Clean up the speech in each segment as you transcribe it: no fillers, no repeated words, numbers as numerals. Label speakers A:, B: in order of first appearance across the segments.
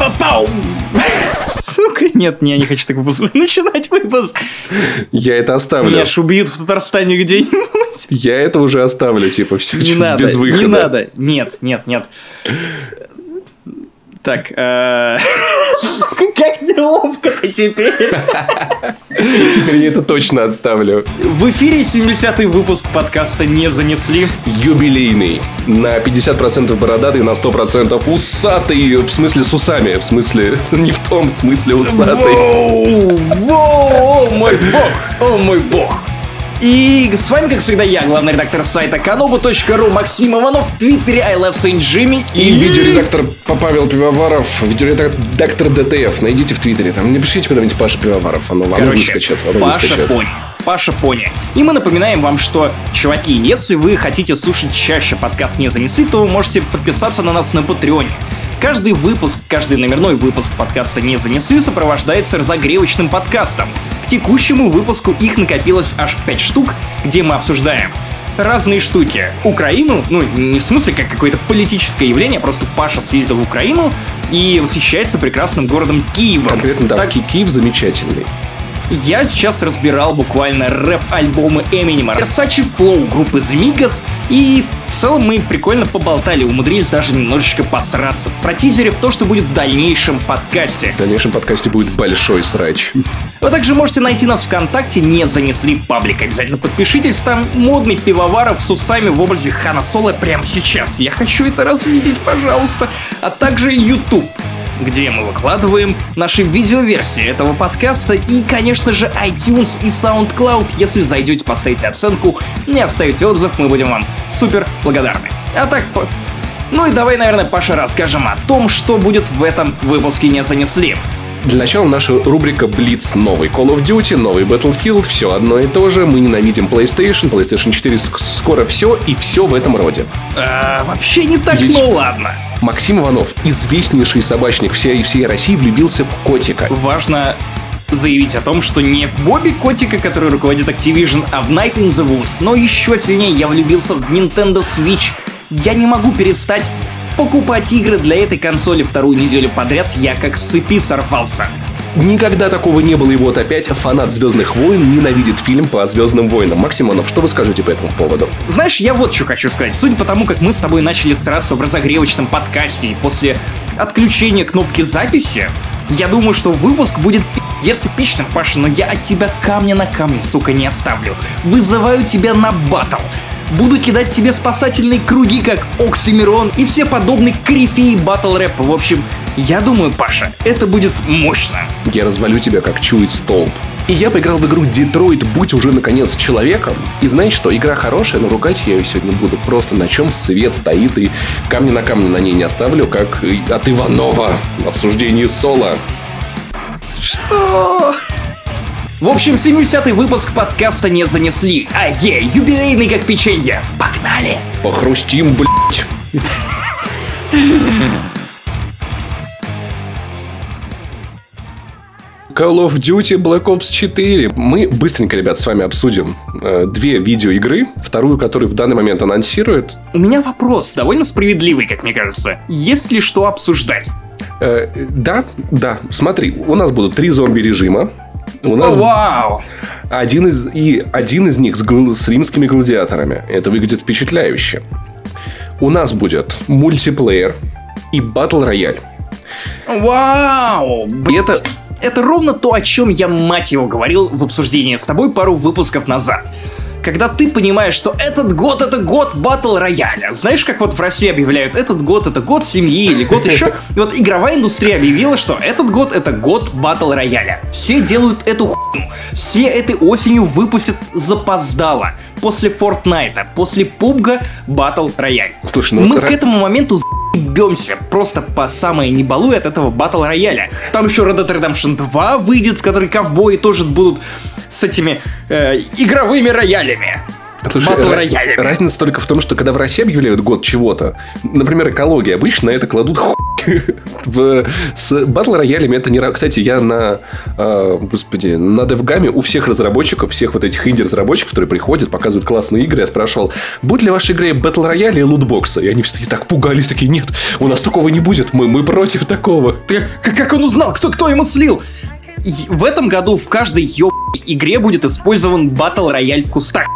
A: Па-па-пау! Сука, нет, я не хочу так начинать выпуск.
B: Я это оставлю.
A: Меня ж убьют в Татарстане где-нибудь.
B: Я это уже оставлю, типа, все
A: не надо,
B: без выхода.
A: Не надо, нет. Так, сука, как неловко-то теперь.
B: Теперь я это точно отставлю.
A: В эфире 70-й выпуск подкаста «Не занесли».
B: Юбилейный. На 50% бородатый, на 100% усатый. В смысле с усами. В смысле, не в том смысле усатый.
A: Воу, о мой бог. И с вами, как всегда, я, главный редактор сайта kanobu.ru Максим Иванов, в твиттере I Love Saint Jimmy
B: и видеоредактор Павел Пивоваров, видеоредактор ДТФ. Найдите в твиттере, там напишите куда-нибудь Паша Пивоваров, оно вам выскочит.
A: Паша Пони. И мы напоминаем вам, что, чуваки, если вы хотите слушать чаще подкаст «Не занесли», то вы можете подписаться на нас на Патреоне. Каждый номерной выпуск подкаста «Не занесли» сопровождается разогревочным подкастом. К текущему выпуску их накопилось аж 5 штук, где мы обсуждаем разные штуки. Украину, не в смысле как какое-то политическое явление, просто Паша съездил в Украину и восхищается прекрасным городом Киевом.
B: Конкретно, да, Киев замечательный.
A: Я сейчас разбирал буквально рэп-альбомы Эминема, Versace Flow группы The Migos, и в целом мы прикольно поболтали, умудрились даже немножечко посраться. Про тизеров то, что будет в дальнейшем подкасте.
B: В дальнейшем подкасте будет большой срач.
A: Вы также можете найти нас ВКонтакте, «Не занесли» паблик. Обязательно подпишитесь, там модный Пивоваров с усами в образе Хана Соло прямо сейчас. Я хочу это развидеть, пожалуйста. А также YouTube, где мы выкладываем наши видеоверсии этого подкаста, и, конечно же, iTunes и SoundCloud. Если зайдете, поставите оценку, не оставите отзыв, мы будем вам супер благодарны. А так, ну и давай, наверное, Паша, расскажем о том, что будет в этом выпуске «Не занесли».
B: Для начала наша рубрика Blitz. Новый Call of Duty, новый Battlefield, все одно и то же. Мы ненавидим PlayStation 4 скоро все, и все в этом роде.
A: Вообще не так, но ладно.
B: Максим Иванов, известнейший собачник всей России, влюбился в котика.
A: Важно заявить о том, что не в Бобби Котика, который руководит Activision, а в Night in the Woods. Но еще сильнее я влюбился в Nintendo Switch. Я не могу перестать покупать игры для этой консоли вторую неделю подряд, я как с цепи сорвался.
B: Никогда такого не было, и вот опять фанат «Звездных войн» ненавидит фильм по «Звездным войнам». Максим Иванов, что вы скажете по этому поводу?
A: Знаешь, я вот что хочу сказать. Судя по тому, как мы с тобой начали сраться в разогревочном подкасте и после отключения кнопки записи, я думаю, что выпуск будет пиздец эпичным, Паша, но я от тебя камня на камне, сука, не оставлю. Вызываю тебя на баттл. Буду кидать тебе спасательные круги, как Оксимирон и все подобные корифеи батл-рэпа. В общем, я думаю, Паша, это будет мощно.
B: Я развалю тебя, как чует столб. И я поиграл в игру «Детройт. Будь уже, наконец, человеком». И знаете что, игра хорошая, но ругать я ее сегодня буду просто на чем свет стоит. И камня на камне на ней не оставлю, как от Иванова в обсуждении соло.
A: Что? В общем, 70-й выпуск подкаста «Не занесли». Юбилейный как печенье. Погнали!
B: Похрустим, блять. Call of Duty Black Ops 4. Мы быстренько, ребят, с вами обсудим две видеоигры, вторую, которую в данный момент анонсируют.
A: У меня вопрос, довольно справедливый, как мне кажется. Есть ли что обсуждать?
B: Да. Смотри, у нас будут 3 зомби-режима. У нас
A: вау!
B: Один из них с римскими гладиаторами. Это выглядит впечатляюще. У нас будет мультиплеер и батл-рояль.
A: Вау! Это ровно то, о чем я, мать его, говорил в обсуждении с тобой пару выпусков назад. Когда ты понимаешь, что этот год — это год батл-рояля. Знаешь, как вот в России объявляют, этот год — это год семьи или год еще. И вот игровая индустрия объявила, что этот год — это год батл-рояля. Все делают эту хуйню. Все этой осенью выпустят запоздало. После Фортнайта, после PUBG батл-рояль.
B: Слушай,
A: мы к этому моменту бьемся просто по самое не балуй от этого батл-рояля. Там еще Red Dead Redemption 2 выйдет, в которой ковбои тоже будут с этими игровыми роялями.
B: Слушай,
A: батл-роялями.
B: Разница только в том, что когда в России объявляют год чего-то, например, экология, обычно на это кладут с батл-роялями это не... Кстати, я на DevGAM у всех разработчиков, всех вот этих инди-разработчиков, которые приходят, показывают классные игры, я спрашивал, будет ли в вашей игре батл-рояли и лутбоксы? И они все так пугались, такие, нет, у нас такого не будет, мы против такого.
A: Как он узнал? Кто ему слил? В этом году в каждой игре будет использован батл-рояль в кустах.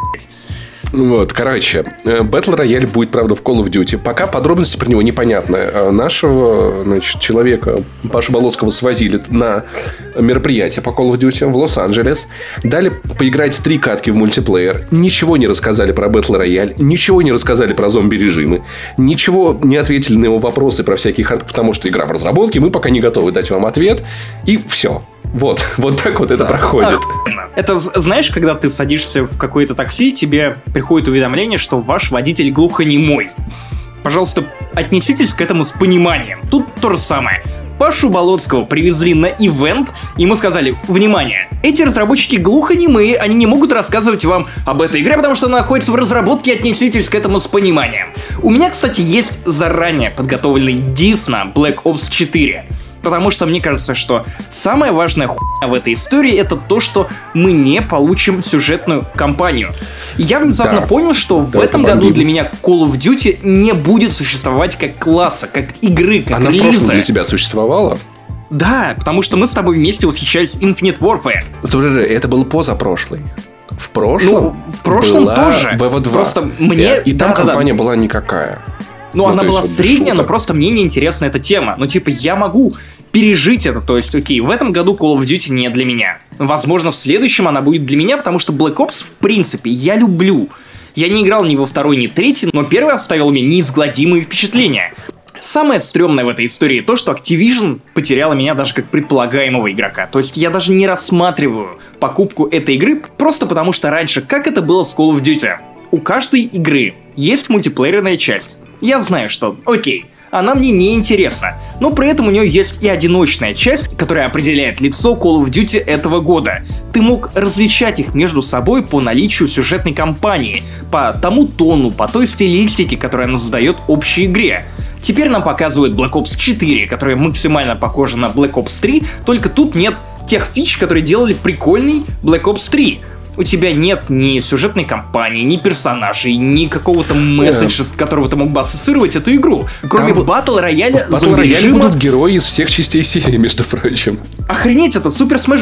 B: Вот, короче, Battle Royale будет, правда, в Call of Duty. Пока подробности про него непонятны. Нашего, значит, человека, Пашу Болоцкого, свозили на мероприятие по Call of Duty в Лос-Анджелес. Дали поиграть 3 катки в мультиплеер. Ничего не рассказали про Battle Royale. Ничего не рассказали про зомби-режимы. Ничего не ответили на его вопросы про всякие хардкоры, потому что игра в разработке. Мы пока не готовы дать вам ответ. И все. Вот так вот это проходит.
A: Это, знаешь, когда ты садишься в какое-то такси, тебе приходит уведомление, что ваш водитель глухонемой. Пожалуйста, отнеситесь к этому с пониманием. Тут то же самое. Пашу Болоцкого привезли на ивент, и мы сказали, внимание, эти разработчики глухонемые, они не могут рассказывать вам об этой игре, потому что она находится в разработке, отнеситесь к этому с пониманием. У меня, кстати, есть заранее подготовленный дис на Black Ops 4. Потому что мне кажется, что самая важная хуйня в этой истории это то, что мы не получим сюжетную кампанию. Я внезапно понял, что в этом году для меня Call of Duty не будет существовать как класса, как игры, как
B: она
A: релиза.
B: Она в прошлом для тебя существовала?
A: Да, потому что мы с тобой вместе восхищались Infinite Warfare.
B: Слушай, это было позапрошлый. В прошлом?
A: В прошлом была тоже.
B: VV2.
A: Просто мне...
B: И там кампания была никакая.
A: Она была средняя, но просто мне неинтересна эта тема. Я могу пережить это. То есть, окей, в этом году Call of Duty не для меня. Возможно, в следующем она будет для меня, потому что Black Ops, в принципе, я люблю. Я не играл ни во второй, ни третий, но первый оставил мне неизгладимые впечатления. Самое стрёмное в этой истории то, что Activision потеряла меня даже как предполагаемого игрока. То есть я даже не рассматриваю покупку этой игры, просто потому что раньше, как это было с Call of Duty? У каждой игры есть мультиплеерная часть. Я знаю, что, окей, она мне не интересна, но при этом у нее есть и одиночная часть, которая определяет лицо Call of Duty этого года. Ты мог различать их между собой по наличию сюжетной кампании, по тому тону, по той стилистике, которую она задает общей игре. Теперь нам показывают Black Ops 4, которая максимально похожа на Black Ops 3, только тут нет тех фич, которые делали прикольный Black Ops 3. У тебя нет ни сюжетной кампании, ни персонажей, ни какого-то месседжа, с которого ты мог бы ассоциировать эту игру. Кроме батл-рояля,
B: зомби-режима... будут герои из всех частей серии, между прочим.
A: Охренеть, это Super Smash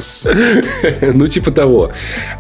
A: Bros.
B: Ну, типа того.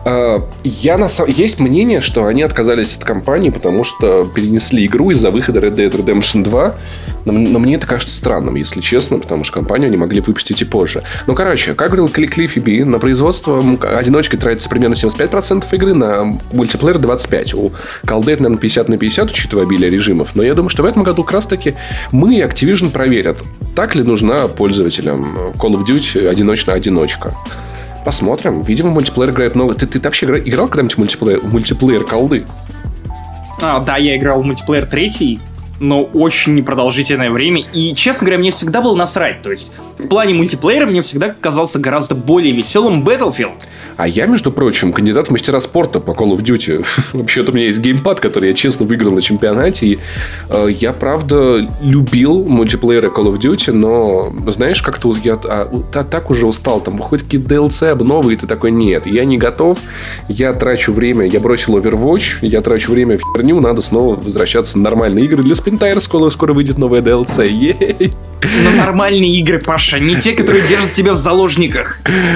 B: Есть мнение, что они отказались от кампании, потому что перенесли игру из-за выхода Red Dead Redemption 2. Но мне это кажется странным, если честно, потому что кампанию они могли выпустить и позже. Ну, короче, как говорил Клиффи Би, на производство одиночкой тратится примерно 75% игры, на мультиплеер 25%. У колды, наверное, 50/50, учитывая обилие режимов. Но я думаю, что в этом году как раз-таки мы и Activision проверят, так ли нужна пользователям Call of Duty одиночная-одиночка. Посмотрим. Видимо, мультиплеер играет много. Ты вообще играл когда-нибудь в мультиплеер колды?
A: Да, я играл в мультиплеер 3, но очень непродолжительное время. И, честно говоря, мне всегда было насрать. То есть, в плане мультиплеера мне всегда казался гораздо более веселым Battlefield.
B: А я, между прочим, кандидат в мастера спорта по Call of Duty. Вообще-то у меня есть геймпад, который я честно выиграл на чемпионате. И я, правда, любил мультиплееры Call of Duty, но, знаешь, как-то я так уже устал. Там выходят какие-то DLC, обновы, и ты такой, нет, я не готов. Я трачу время, я бросил Overwatch, я трачу время в херню, надо снова возвращаться на нормальные игры. Для Spintire скоро выйдет новая DLC. Ей!
A: Но нормальные игры, Паша, не те, которые держат тебя в заложниках.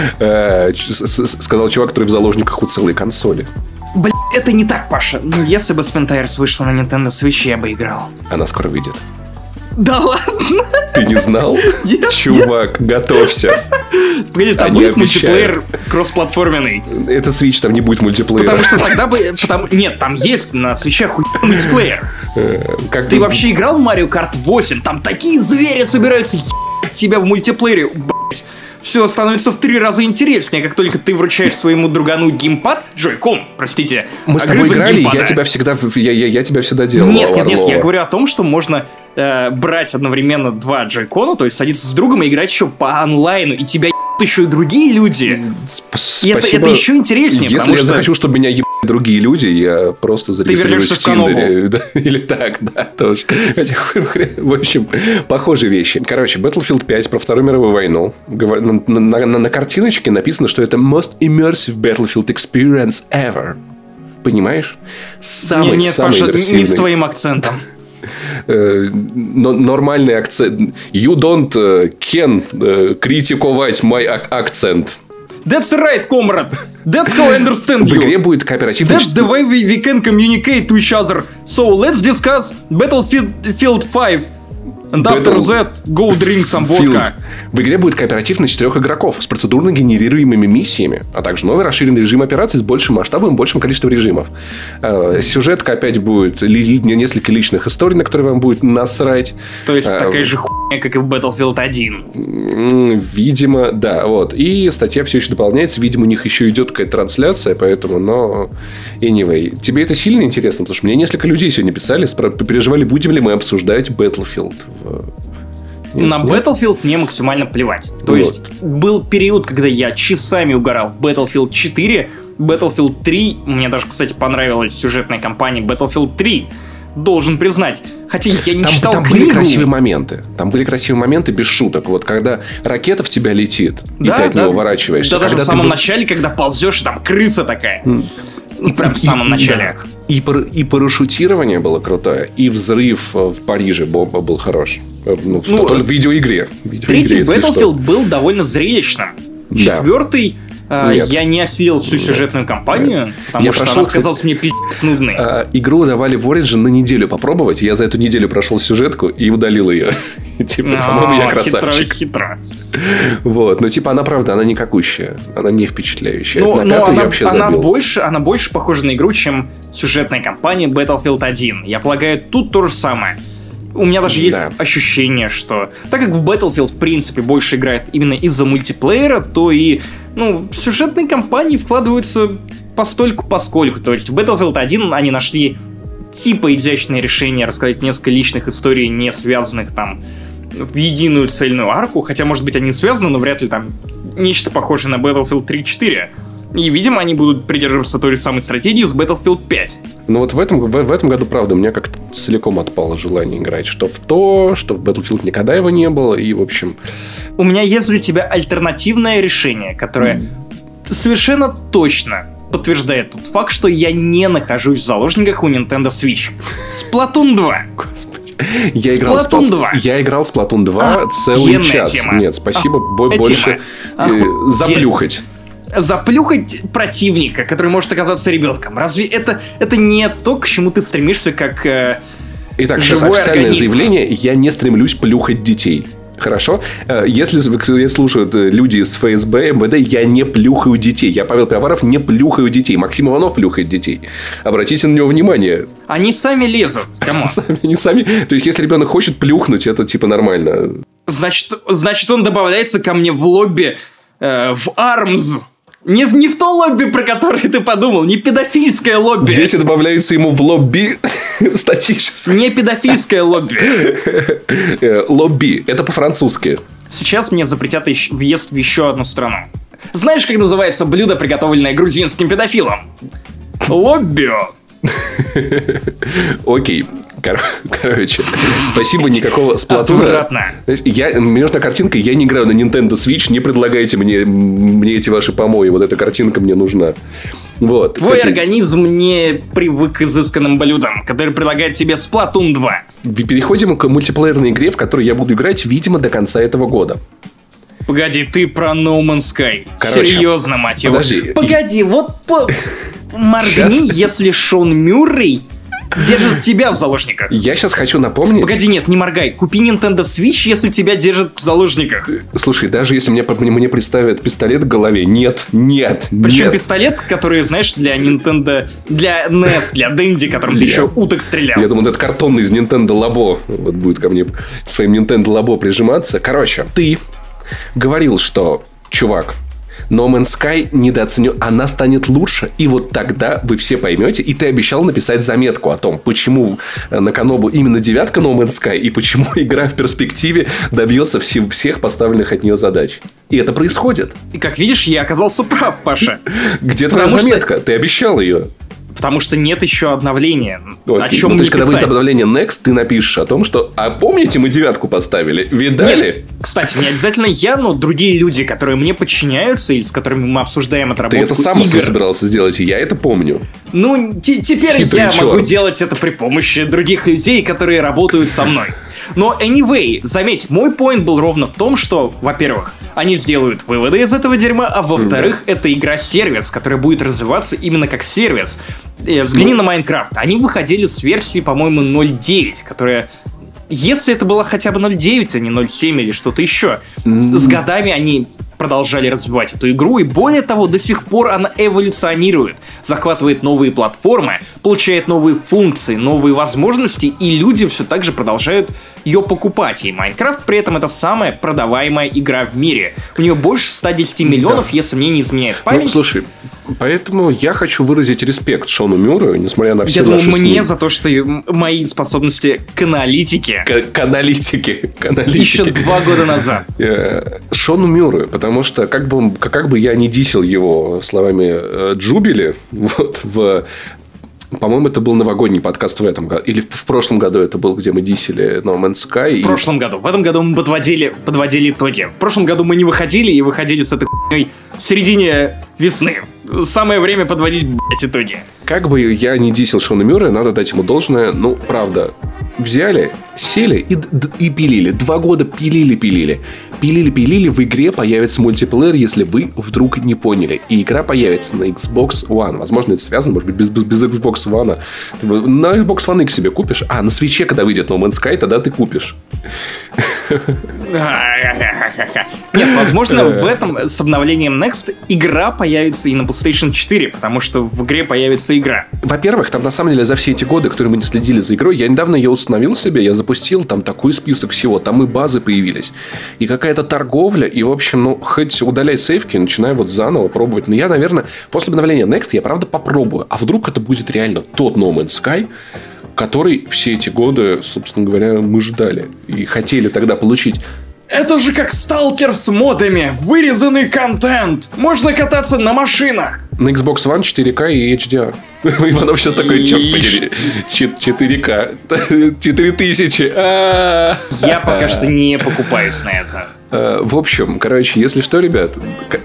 B: Сказал чувак, который в заложниках у целой консоли.
A: Блин, это не так, Паша. Ну, если бы Spintires вышла на Nintendo Switch, я бы играл.
B: Она скоро выйдет.
A: Да ладно?
B: Ты не знал?
A: Нет,
B: чувак, готовься.
A: Погоди, там будет мультиплеер кроссплатформенный.
B: Это Switch, там не будет мультиплеера.
A: Потому что тогда бы... Нет, там есть на Switch мультиплеер. Ты вообще играл в Mario Kart 8? Там такие звери собираются ебать тебя в мультиплеере. Все становится в 3 раза интереснее, как только ты вручаешь своему другану геймпад, Joy-Con, простите.
B: Мы с тобой играли, я тебя всегда делал.
A: Нет, я говорю о том, что можно брать одновременно 2 Joy-Con, то есть садиться с другом и играть еще по онлайну, и тебя ебут еще и другие люди.
B: Спасибо.
A: И это еще интереснее,
B: если я захочу, чтобы меня ебали другие люди, я просто зарегистрируюсь в Тиндере. Да, или так, да, тоже. В общем, похожие вещи. Короче, Battlefield 5 про Вторую мировую войну. На картиночке написано, что это most immersive Battlefield experience ever. Понимаешь? Самый иммерсивный.
A: Не с твоим акцентом.
B: Нормальный акцент. You don't can критиковать my акцент.
A: That's right, comrade. That's how I understand you.
B: В игре будет кооперативный...
A: That's the way we can communicate to each other. So let's discuss Battlefield 5. And after that, go drink some vodka.
B: В игре будет кооператив на 4 игроков с процедурно генерируемыми миссиями, а также новый расширенный режим операций с большим масштабом и большим количеством режимов. Сюжетка опять будет несколько личных историй, на которые вам будет насрать.
A: То есть такая же хуйня, как и в Battlefield 1.
B: Видимо, да. Вот. И статья все еще дополняется. Видимо, у них еще идет какая-то трансляция, поэтому, но... Anyway. Тебе это сильно интересно? Потому что мне несколько людей сегодня писали, переживали, будем ли мы обсуждать Battlefield.
A: На Battlefield мне максимально плевать. То есть был период, когда я часами угорал в Battlefield 4, Battlefield 3. Мне даже, кстати, понравилась сюжетная кампания Battlefield 3. Должен признать. Хотя я не читал книгу.
B: Там были красивые моменты. Там были красивые моменты без шуток. Вот когда ракета в тебя летит, и ты от него уворачиваешься.
A: Да, даже в самом начале, когда ползешь, там крыса такая. Прям в самом начале.
B: И парашютирование было крутое, и взрыв в Париже бомба был хорош. В видеоигре.
A: Третий Battlefield был довольно зрелищным. Четвертый... Я не осилил всю сюжетную кампанию, потому что она оказалась мне пиздец нудной.
B: Игру давали в Origin на неделю попробовать. Я за эту неделю прошел сюжетку и удалил ее. По-моему, я красавчик.
A: Хитро.
B: Вот, но она правда, она никакущая. Она не впечатляющая.
A: Она больше похожа на игру, чем сюжетная кампания Battlefield 1. Я полагаю, тут то же самое. У меня даже есть ощущение, что так как в Battlefield, в принципе, больше играет именно из-за мультиплеера, то и сюжетные кампании вкладываются постольку-поскольку. То есть в Battlefield 1 они нашли типа изящное решение рассказать несколько личных историй, не связанных там в единую цельную арку. Хотя, может быть, они связаны, но вряд ли там нечто похожее на Battlefield 3.4. И, видимо, они будут придерживаться той же самой стратегии с Battlefield 5.
B: Ну вот в этом году, правда, у меня как-то целиком отпало желание играть. Что в Battlefield никогда его не было. И, в общем...
A: У меня есть для тебя альтернативное решение, которое совершенно точно подтверждает тот факт, что я не нахожусь в заложниках у Nintendo Switch. Splatoon 2. Господи.
B: Я играл в Splatoon 2 целый час. Тема. Нет, спасибо, больше заплюхать.
A: Заплюхать противника, который может оказаться ребенком. Разве это не то, к чему ты стремишься, как
B: Итак, сейчас официальное заявление. Я не стремлюсь плюхать детей. Хорошо? Если слушают люди из ФСБ, МВД, я не плюхаю детей. Я, Павел Пивоваров, не плюхаю детей. Максим Иванов плюхает детей. Обратите на него внимание.
A: Они сами лезут.
B: Они сами. То есть, если ребенок хочет плюхнуть, это типа нормально.
A: Значит, он добавляется ко мне в лобби в ARMS. Не в то лобби, про которое ты подумал, не педофильское лобби.
B: Дети добавляются ему в лобби статически.
A: Не педофильское лобби.
B: Лобби, это по-французски.
A: Сейчас мне запретят въезд в еще одну страну. Знаешь, как называется блюдо, приготовленное грузинским педофилом? Лобби.
B: Окей. Короче, спасибо, никакого Сплатуна. Мне нужна картинка, я не играю на Nintendo Switch, не предлагайте мне эти ваши помои. Вот эта картинка мне нужна. Вот.
A: Твой организм не привык к изысканным блюдам, который предлагает тебе Splatoon 2.
B: Переходим к мультиплеерной игре, в которой я буду играть, видимо, до конца этого года.
A: Погоди, ты про No Man's Sky. Серьезно, мать его. Погоди, моргни, если Шон Мюррей держит тебя в заложниках.
B: Я сейчас хочу напомнить...
A: Погоди, нет, не моргай. Купи Nintendo Switch, если тебя держат в заложниках.
B: Слушай, даже если мне представят пистолет в голове, нет.
A: Причем пистолет, который, знаешь, для Nintendo... Для NES, для Dendy, которым ты еще уток стрелял.
B: Я думаю, это картонный из Nintendo Labo. Вот будет ко мне своим Nintendo Labo прижиматься. Короче, ты говорил, что, чувак, No Man's Sky недооценен, она станет лучше, и вот тогда вы все поймете, и ты обещал написать заметку о том, почему на Канобу именно 9-ка No Man's Sky, и почему игра в перспективе добьется всех поставленных от нее задач. И это происходит.
A: И как видишь, я оказался прав, Паша.
B: Где твоя заметка? Ты обещал ее.
A: Потому что нет еще обновления.
B: Вот,
A: о чем
B: то
A: мне
B: есть, когда
A: писать?
B: выйдет обновление Next, ты напишешь о том, что «А помните, мы 9 поставили? Видали?»
A: Нет, кстати, не обязательно я, но другие люди, которые мне подчиняются или с которыми мы обсуждаем
B: Ты
A: отработку
B: это сам
A: игр.
B: собирался сделать, и я это помню.
A: Ну, теперь
B: Хитрый
A: я
B: чёрт.
A: могу делать это при помощи других людей, которые работают со мной. Но anyway, заметь, мой поинт был ровно в том, что, во-первых, они сделают выводы из этого дерьма, а во-вторых, это игра-сервис, которая будет развиваться именно как сервис. Взгляни на Майнкрафт. Они выходили с версии, по-моему, 0.9, которая... Если это была хотя бы 0.9, а не 0.7 или что-то еще, с годами они продолжали развивать эту игру, и более того, до сих пор она эволюционирует, захватывает новые платформы, получает новые функции, новые возможности, и люди все так же продолжают ее покупать. И Майнкрафт при этом это самая продаваемая игра в мире. У нее больше 110 миллионов, если мне не изменяет память.
B: Ну, слушай, поэтому я хочу выразить респект Шону Мюррею, несмотря на все
A: Я думаю,
B: наши
A: мне
B: СМИ.
A: за то, что мои способности к аналитике
B: К аналитике.
A: еще 2 года назад.
B: Шону Мюррею, потому что как бы я не дисел его словами Джубили, вот по-моему, это был новогодний подкаст в этом году. Или в прошлом году это был, где мы дисели No Man's Sky.
A: В прошлом году. В этом году мы подводили итоги. В прошлом году мы не выходили и выходили с этой хуйней в середине весны. Самое время подводить, итоги.
B: Как бы я не дисел Шона Мюррея, надо дать ему должное. Ну, правда, взяли, сели и пилили. 2 года пилили. Пилили. В игре появится мультиплеер, если вы вдруг не поняли. И игра появится на Xbox One. Возможно, это связано, может быть, без Xbox One. Ты на Xbox One X себе купишь. А, на Switch'е, когда выйдет No Man's Sky, тогда ты купишь.
A: Нет, возможно, в этом с обновлением Next игра появится и на PlayStation 4, потому что в игре появится игра.
B: Во-первых, там на самом деле за все эти годы, которые мы не следили за игрой, я недавно ее установил себе, я запустил там такой список всего, там и базы появились, и какая-то торговля, и в общем, ну, хоть удаляй сейвки, начинай вот заново пробовать. Но я, наверное, после обновления Next я правда попробую, а вдруг это будет реально тот No Man's Sky, который все эти годы, собственно говоря, мы ждали и хотели тогда получить.
A: Это же как сталкер с модами, вырезанный контент. Можно кататься на машинах.
B: На Xbox One 4К и HDR. Иванов сейчас такой, черт подери, 4К, 4000.
A: Я пока что не покупаюсь на это.
B: В общем, короче, если что, ребят,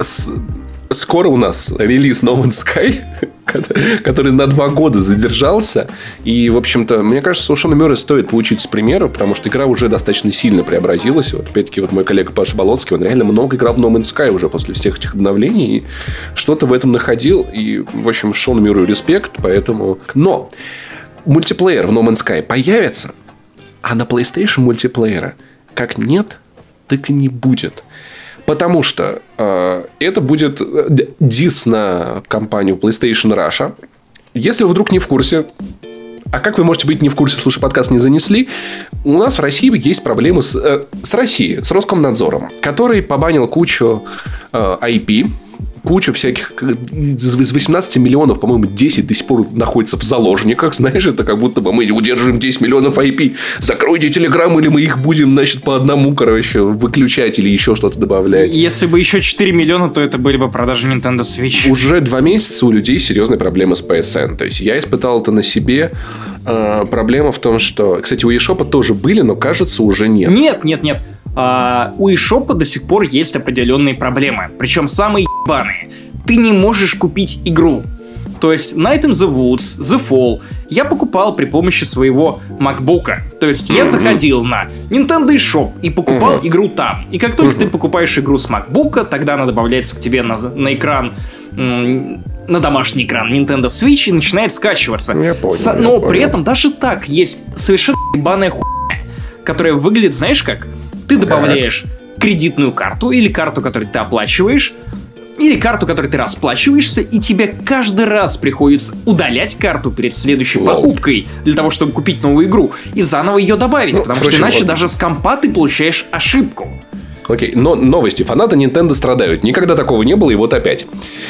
B: скоро у нас релиз No Man's Sky, который на 2 года задержался. И, в общем-то, мне кажется, у Шона Мюррея стоит поучиться с примера, потому что игра уже достаточно сильно преобразилась. Вот, опять-таки, вот мой коллега Паша Болоцкий, он реально много играл в No Man's Sky уже после всех этих обновлений. И что-то в этом находил. И, в общем, Шону Мюррею респект, поэтому... Но мультиплеер в No Man's Sky появится, а на PlayStation мультиплеера как нет, так и не будет. Потому что это будет дис на компанию PlayStation Russia. Если вы вдруг не в курсе, а как вы можете быть не в курсе, слушая подкаст, не занесли, у нас в России есть проблемы с Россией, с Роскомнадзором, который побанил кучу IP, кучу всяких... Из 18 миллионов, по-моему, 10 до сих пор находится в заложниках. Знаешь, это как будто бы мы удерживаем 10 миллионов IP. Закройте Телеграм, или мы их будем, значит, по одному, короче, выключать или еще что-то добавлять.
A: Если бы еще 4 миллиона, то это были бы продажи Nintendo Switch.
B: Уже 2 месяца у людей серьезные проблемы с PSN. То есть, я испытал это на себе. Проблема в том, что... Кстати, у eShop тоже были, но, кажется, уже нет.
A: Нет. У eShop до сих пор есть определенные проблемы. Причем самые ебаные. Ты не можешь купить игру. То есть Night in the Woods, The Fall я покупал при помощи своего MacBook'а. То есть я заходил на Nintendo eShop и покупал игру там. И как только ты покупаешь игру с MacBook'а, тогда она добавляется к тебе на экран, на домашний экран Nintendo Switch и начинает скачиваться. Но при этом даже так есть совершенно ебаная хуйня, которая выглядит, знаешь как? Ты добавляешь кредитную карту или карту, которую ты оплачиваешь, или карту, которой ты расплачиваешься, и тебе каждый раз приходится удалять карту перед следующей покупкой для того, чтобы купить новую игру и заново ее добавить, потому что иначе даже с компа ты получаешь ошибку.
B: Окей, но новости. Фанаты Nintendo страдают. Никогда такого не было, и вот опять.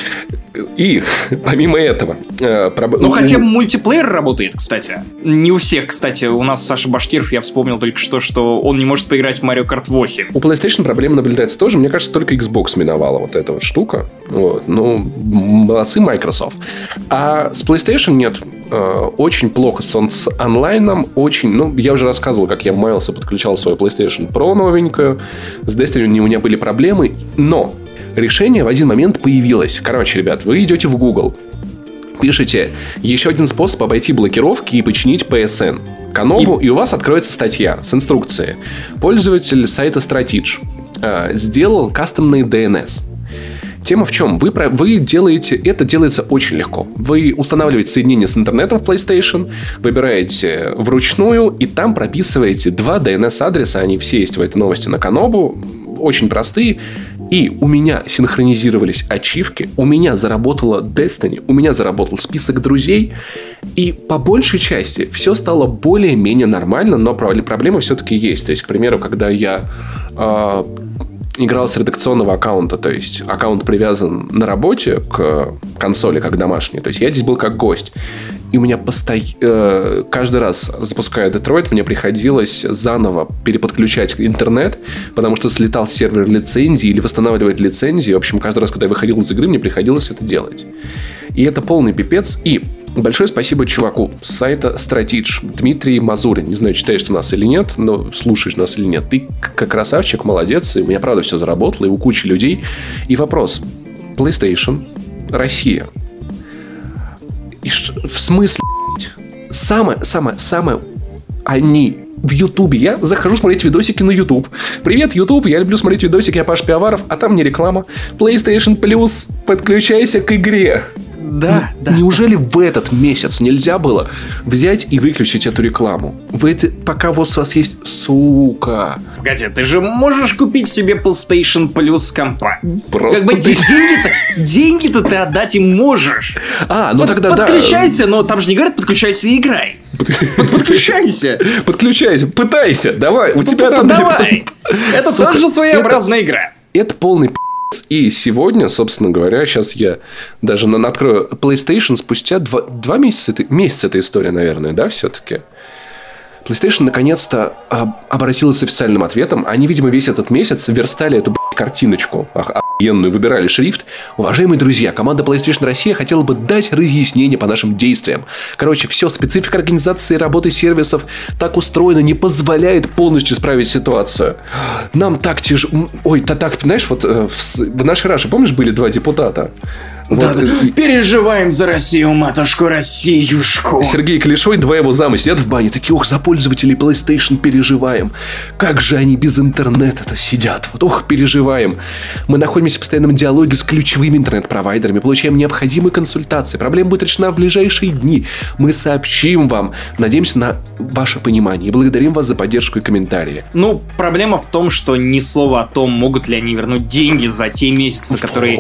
B: И помимо этого...
A: хотя мультиплеер работает, кстати. Не у всех, кстати. У нас Саша Башкиров, я вспомнил только что он не может поиграть в Mario Kart 8.
B: У PlayStation проблема наблюдается тоже. Мне кажется, только Xbox миновала вот эта вот штука. Вот. Молодцы Microsoft. А с PlayStation нет. Очень плохо с онлайном. Очень... я уже рассказывал, как я маялся, подключал свою PlayStation Pro новенькую. С Destiny у меня были проблемы. Но решение в один момент появилось. Короче, ребят, вы идете в Google, пишите еще один способ обойти блокировки и починить PSN Канобу, и у вас откроется статья с инструкцией. Пользователь сайта Strategy сделал кастомный DNS. Тема в чем? Вы делаете... Это делается очень легко. Вы устанавливаете соединение с интернетом в PlayStation, выбираете вручную, и там прописываете 2 DNS-адреса. Они все есть в этой новости на Канобу. Очень простые. И у меня синхронизировались ачивки, у меня заработала Destiny, у меня заработал список друзей, и по большей части все стало более-менее нормально, но проблемы все-таки есть. То есть, к примеру, когда я играл с редакционного аккаунта, то есть аккаунт привязан на работе к консоли, как домашний, то есть я здесь был как гость. И у меня каждый раз, запуская Детройт, мне приходилось заново переподключать интернет, потому что слетал сервер лицензии или восстанавливать лицензии. В общем, каждый раз, когда я выходил из игры, мне приходилось это делать. И это полный пипец. И большое спасибо чуваку с сайта Strategy, Дмитрий Мазурин. Не знаю, читаешь ты нас или нет, но слушаешь нас или нет. Ты как красавчик, молодец. И у меня, правда, все заработало, и у кучи людей. И вопрос. PlayStation, Россия. И в смысле, самое, они в Ютубе. Я захожу смотреть видосики на Ютуб. Привет, Ютуб, я люблю смотреть видосики, я Паш Пиаваров, а там не реклама. PlayStation Plus, подключайся к игре.
A: Да.
B: Неужели в этот месяц нельзя было взять и выключить эту рекламу? Пока у вас есть... Сука.
A: Погоди, ты же можешь купить себе PlayStation Plus компа.
B: Просто
A: деньги-то ты отдать им можешь.
B: Тогда
A: подключайся, но там же не говорят подключайся и играй. Подключайся.
B: Подключайся, пытайся, давай. У тебя там...
A: Давай. Это тоже своеобразная игра.
B: Это полный И сегодня, собственно говоря, сейчас я даже открою PlayStation спустя 2 месяца. Месяц эта история, наверное, да, все-таки? PlayStation наконец-то обратилась с официальным ответом. Они, видимо, весь этот месяц верстали эту картиночку охуенную, выбирали шрифт. Уважаемые друзья, команда PlayStation Россия хотела бы дать разъяснение по нашим действиям. Короче, все, специфика организации работы сервисов так устроена, не позволяет полностью исправить ситуацию. Нам так тяжело... Ой, так, знаешь, вот в нашей Раше, помнишь, были 2 депутата?
A: Да. Переживаем за Россию, матушку Россиюшку.
B: Сергей Клишой, 2 его зама сидят в бане, такие: ох, за пользователей PlayStation переживаем. Как же они без интернета-то сидят. Вот, ох, переживаем. Мы находимся в постоянном диалоге с ключевыми интернет-провайдерами, получаем необходимые консультации. Проблема будет решена в ближайшие дни. Мы сообщим вам. Надеемся на ваше понимание и благодарим вас за поддержку и комментарии.
A: Проблема в том, что ни слова о том, могут ли они вернуть деньги за те месяцы, которые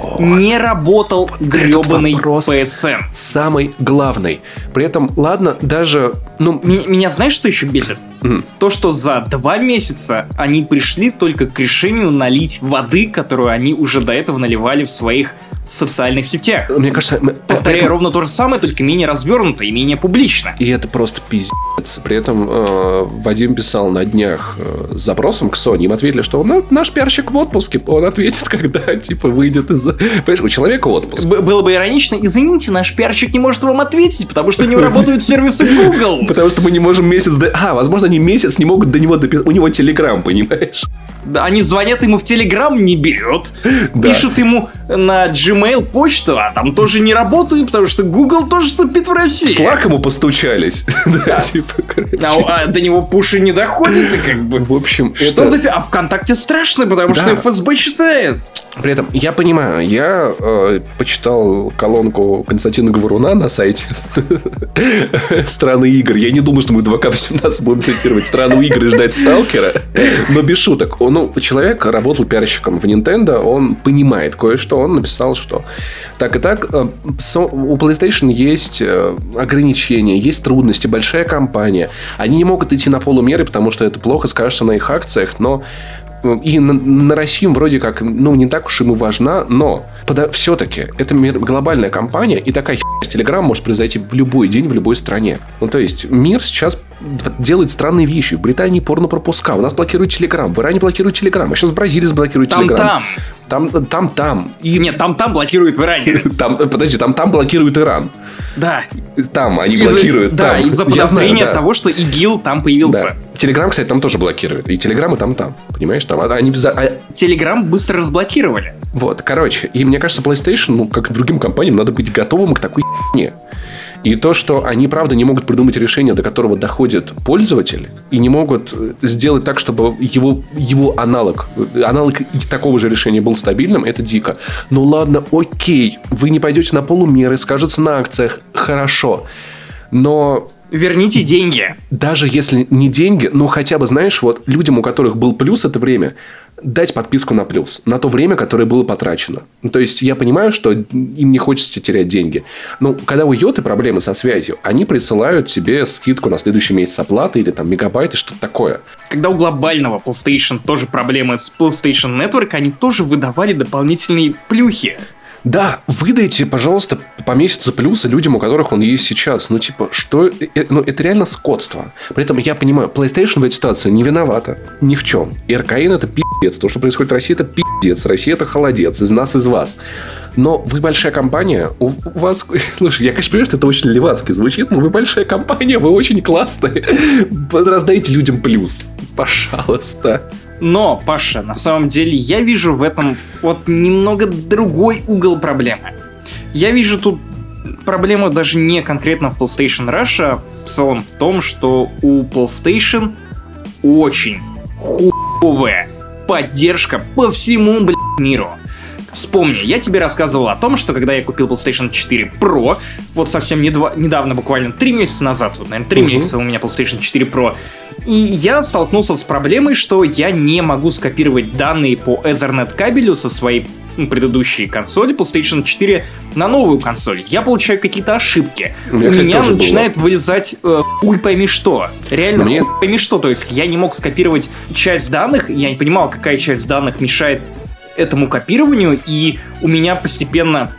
A: не работали. Гребаный PSN.
B: Самый главный. При этом, ладно, даже...
A: Меня знаешь, что еще бесит? То, что за 2 месяца они пришли только к решению налить воды, которую они уже до этого наливали в своих социальных сетях.
B: Мне кажется...
A: Повторяю, ровно то же самое, только менее развернуто и менее публично.
B: И это просто пиздец. При этом Вадим писал на днях с запросом к Sony. Им ответили, что наш пиарщик в отпуске. Он ответит, когда, выйдет из... Понимаешь, у человека отпуск.
A: Было бы иронично. Извините, наш пиарщик не может вам ответить, потому что не работают сервисы Google.
B: Потому что мы не можем месяц... возможно, они месяц не могут до него дописать. У него Telegram, понимаешь?
A: Да, они звонят ему в Telegram, не берет.
B: Да.
A: Пишут ему на Gmail почту, а там тоже не работает, потому что Google тоже вступит в Россию.
B: С ему постучались.
A: Да. А до него пуши не доходит, и
B: В общем,
A: что за... А ВКонтакте страшно, потому что ФСБ читает.
B: При этом, я понимаю, я почитал колонку Константина Говоруна на сайте «Страны игр». Я не думаю, что мы 2К18 будем цитировать «Страну игр» и ждать Сталкера. Но без шуток. Человек работал пиарщиком в Nintendo, он понимает кое-что, он написал, что так и так, у PlayStation есть ограничения, есть трудности, большая компания. Они не могут идти на полумеры, потому что это плохо скажется на их акциях, но И на Россию вроде как, не так уж им и важна, но все-таки это глобальная компания, и такая херня с Telegram может произойти в любой день, в любой стране. То есть мир сейчас делает странные вещи. В Британии порно-пропуска, у нас блокируют Telegram, в Иране блокируют Telegram, а сейчас в Бразилии блокируют Telegram. Там.
A: Нет, там блокируют в Иране.
B: Подожди, там блокируют Иран.
A: Да.
B: Там они блокируют.
A: Да, из-за подозрения того, что ИГИЛ там появился.
B: Телеграм, кстати, там тоже блокируют. И Телеграм, и там. Понимаешь, там они...
A: Телеграм быстро разблокировали.
B: Вот, короче. И мне кажется, PlayStation, как и другим компаниям, надо быть готовым к такой херне. И то, что они, правда, не могут придумать решение, до которого доходит пользователь, и не могут сделать так, чтобы его аналог такого же решения был стабильным, это дико. Ну ладно, окей, вы не пойдете на полумеры, скажется на акциях, хорошо. Но...
A: Верните деньги.
B: Даже если не деньги, хотя бы, знаешь, вот людям, у которых был плюс это время, дать подписку на плюс, на то время, которое было потрачено. То есть, я понимаю, что им не хочется терять деньги. Но когда у Йоты проблемы со связью, они присылают тебе скидку на следующий месяц оплаты или там мегабайты, что-то такое.
A: Когда у глобального PlayStation тоже проблемы с PlayStation Network, они тоже выдавали дополнительные плюхи.
B: Да, выдайте, пожалуйста, по месяцу плюса людям, у которых он есть сейчас. Что... это реально скотство. При этом я понимаю, PlayStation в этой ситуации не виновата ни в чем. И РКН это пиздец. То, что происходит в России, это пиздец. Россия это холодец. Из нас, из вас. Но вы большая компания. У вас... Слушай, я, конечно, понимаю, что это очень левацки звучит, но вы большая компания, вы очень классные. Раздайте людям плюс. Пожалуйста.
A: Но, Паша, на самом деле, я вижу в этом вот немного другой угол проблемы. Я вижу тут проблему даже не конкретно в PlayStation Russia, а в целом в том, что у PlayStation очень хуевая поддержка по всему, миру. Вспомни, я тебе рассказывал о том, что когда я купил PlayStation 4 Pro, вот совсем недавно, буквально 3 месяца назад, вот, наверное, 3 месяца у меня PlayStation 4 Pro, и я столкнулся с проблемой, что я не могу скопировать данные по Ethernet кабелю со своей предыдущей консоли PlayStation 4 на новую консоль. Я получаю какие-то ошибки. У меня начинает вылезать хуй пойми что. Реально хуй пойми что. То есть я не мог скопировать часть данных, я не понимал, какая часть данных мешает этому копированию, и у меня постепенно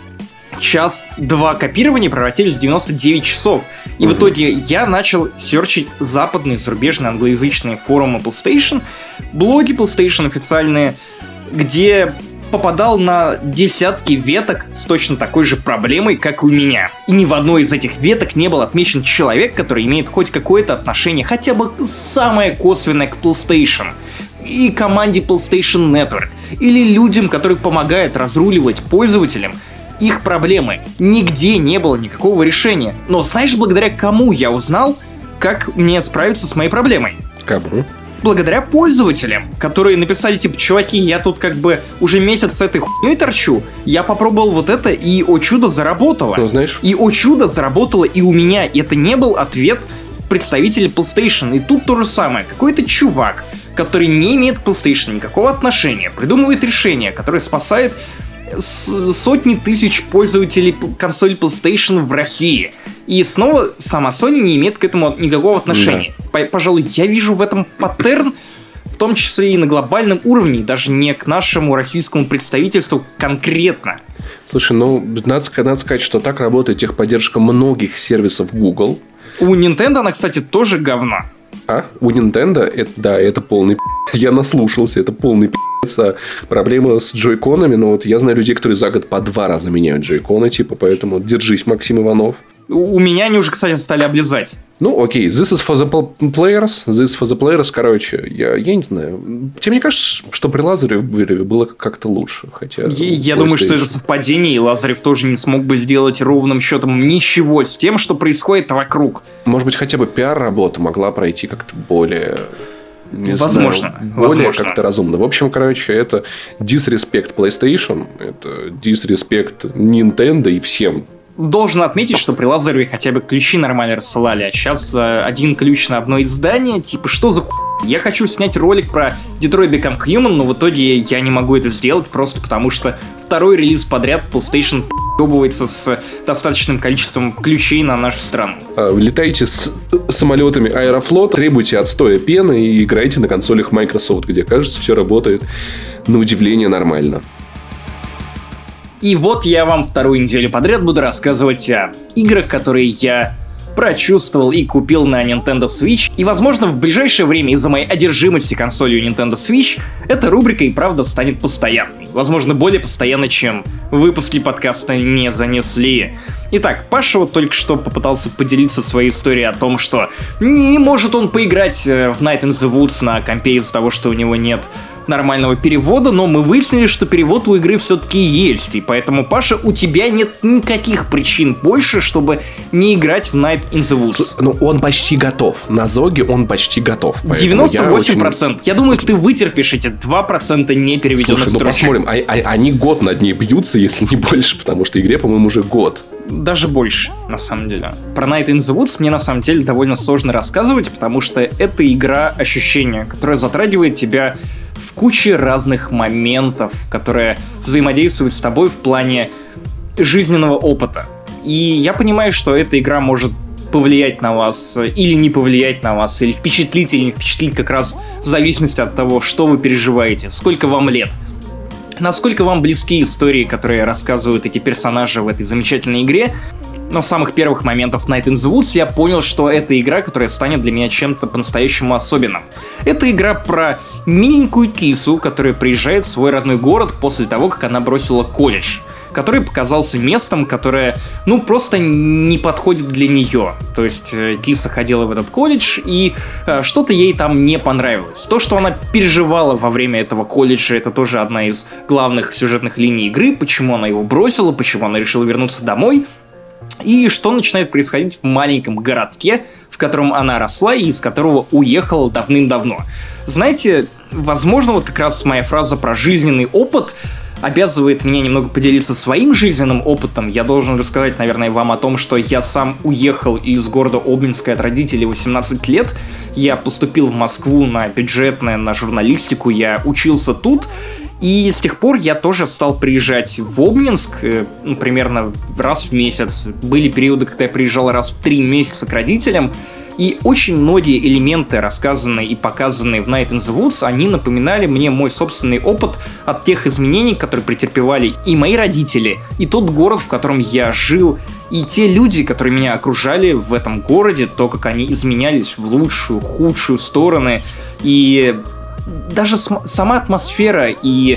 A: час-два копирования превратились в 99 часов. И в итоге я начал серчить западные, зарубежные, англоязычные форумы PlayStation, блоги PlayStation официальные, где попадал на десятки веток с точно такой же проблемой, как и у меня. И ни в одной из этих веток не был отмечен человек, который имеет хоть какое-то отношение, хотя бы самое косвенное к PlayStation. И команде PlayStation Network, или людям, которые помогают разруливать пользователям их проблемы. Нигде не было никакого решения. Но знаешь, благодаря кому я узнал, как мне справиться с моей проблемой?
B: Кому?
A: Благодаря пользователям, которые написали, чуваки, я тут уже месяц с этой хуйней торчу, я попробовал вот это, и, о чудо, заработало.
B: Ну, знаешь...
A: И, о чудо, заработало и у меня. И это не был ответ представителей PlayStation. И тут то же самое. Какой-то чувак, который не имеет к PlayStation никакого отношения, придумывает решение, которое спасает сотни тысяч пользователей консоли PlayStation в России. И снова сама Sony не имеет к этому никакого отношения. Да. Пожалуй, я вижу в этом паттерн, в том числе и на глобальном уровне, даже не к нашему российскому представительству конкретно.
B: Слушай, надо сказать, что так работает техподдержка многих сервисов Google.
A: У Nintendo она, кстати, тоже говно.
B: А? У Nintendo? Это полный пи***ц. Я наслушался, это полный пи***ц. Проблема с джойконами, но вот я знаю людей, которые за год по 2 раза меняют джойконы, поэтому держись, Максим Иванов.
A: У меня они уже, кстати, стали облизать.
B: Окей, this is for the players, короче, я не знаю. Тебе не кажется, что при Лазареве было как-то лучше? Хотя
A: я думаю, что это совпадение, и Лазарев тоже не смог бы сделать ровным счетом ничего с тем, что происходит вокруг.
B: Может быть, хотя бы пиар-работа могла пройти как-то более...
A: Возможно.
B: Как-то разумно. В общем, короче, это disrespect PlayStation, это disrespect Nintendo и всем.
A: Должен отметить, что при Лазареве хотя бы ключи нормально рассылали, а сейчас один ключ на одно издание, что за Я хочу снять ролик про Detroit Become Human, но в итоге я не могу это сделать просто потому, что второй релиз подряд PlayStation въебывается с достаточным количеством ключей на нашу страну.
B: Летайте с самолетами Аэрофлот, требуйте отстоя пены и играйте на консолях Microsoft, где, кажется, все работает на удивление нормально.
A: И вот я вам вторую неделю подряд буду рассказывать о играх, которые я прочувствовал и купил на Nintendo Switch. И, возможно, в ближайшее время из-за моей одержимости консолью Nintendo Switch эта рубрика и правда станет постоянной. Возможно, более постоянной, чем выпуски подкаста «Не занесли». Итак, Паша вот только что попытался поделиться своей историей о том, что не может он поиграть в Night in the Woods на компе из-за того, что у него нет нормального перевода, но мы выяснили, что перевод у игры все-таки есть, и поэтому, Паша, у тебя нет никаких причин больше, чтобы не играть в Night in the Woods.
B: Ну, он почти готов. На Зоге он почти готов.
A: 98%. Я думаю, ты вытерпишь эти 2% не переведенных строчек.
B: Ну посмотрим, они год над ней бьются, если не больше, потому что игре, по-моему, уже год.
A: Даже больше, на самом деле. Про Night in the Woods мне, на самом деле, довольно сложно рассказывать, потому что это игра ощущения, которая затрагивает тебя в куче разных моментов, которые взаимодействуют с тобой в плане жизненного опыта. И я понимаю, что эта игра может повлиять на вас или не повлиять на вас, или впечатлить, или не впечатлить, как раз в зависимости от того, что вы переживаете, сколько вам лет, насколько вам близки истории, которые рассказывают эти персонажи в этой замечательной игре. Но с самых первых моментов Night in the Woods я понял, что это игра, которая станет для меня чем-то по-настоящему особенным. Это игра про миленькую кису, которая приезжает в свой родной город после того, как она бросила колледж, который показался местом, которое, просто не подходит для нее. То есть киса ходила в этот колледж, и что-то ей там не понравилось. То, что она переживала во время этого колледжа, это тоже одна из главных сюжетных линий игры, почему она его бросила, почему она решила вернуться домой. И что начинает происходить в маленьком городке, в котором она росла и из которого уехала давным-давно. Знаете, возможно, вот как раз моя фраза про жизненный опыт обязывает меня немного поделиться своим жизненным опытом. Я должен рассказать, наверное, вам о том, что я сам уехал из города Обнинска от родителей 18 лет. Я поступил в Москву на бюджетное, на журналистику, я учился тут. И с тех пор я тоже стал приезжать в Обнинск примерно раз в месяц. Были периоды, когда я приезжал раз в 3 месяца к родителям. И очень многие элементы, рассказанные и показанные в Night in the Woods, они напоминали мне мой собственный опыт от тех изменений, которые претерпевали и мои родители, и тот город, в котором я жил, и те люди, которые меня окружали в этом городе, то, как они изменялись в лучшую, худшую стороны. И даже сама атмосфера и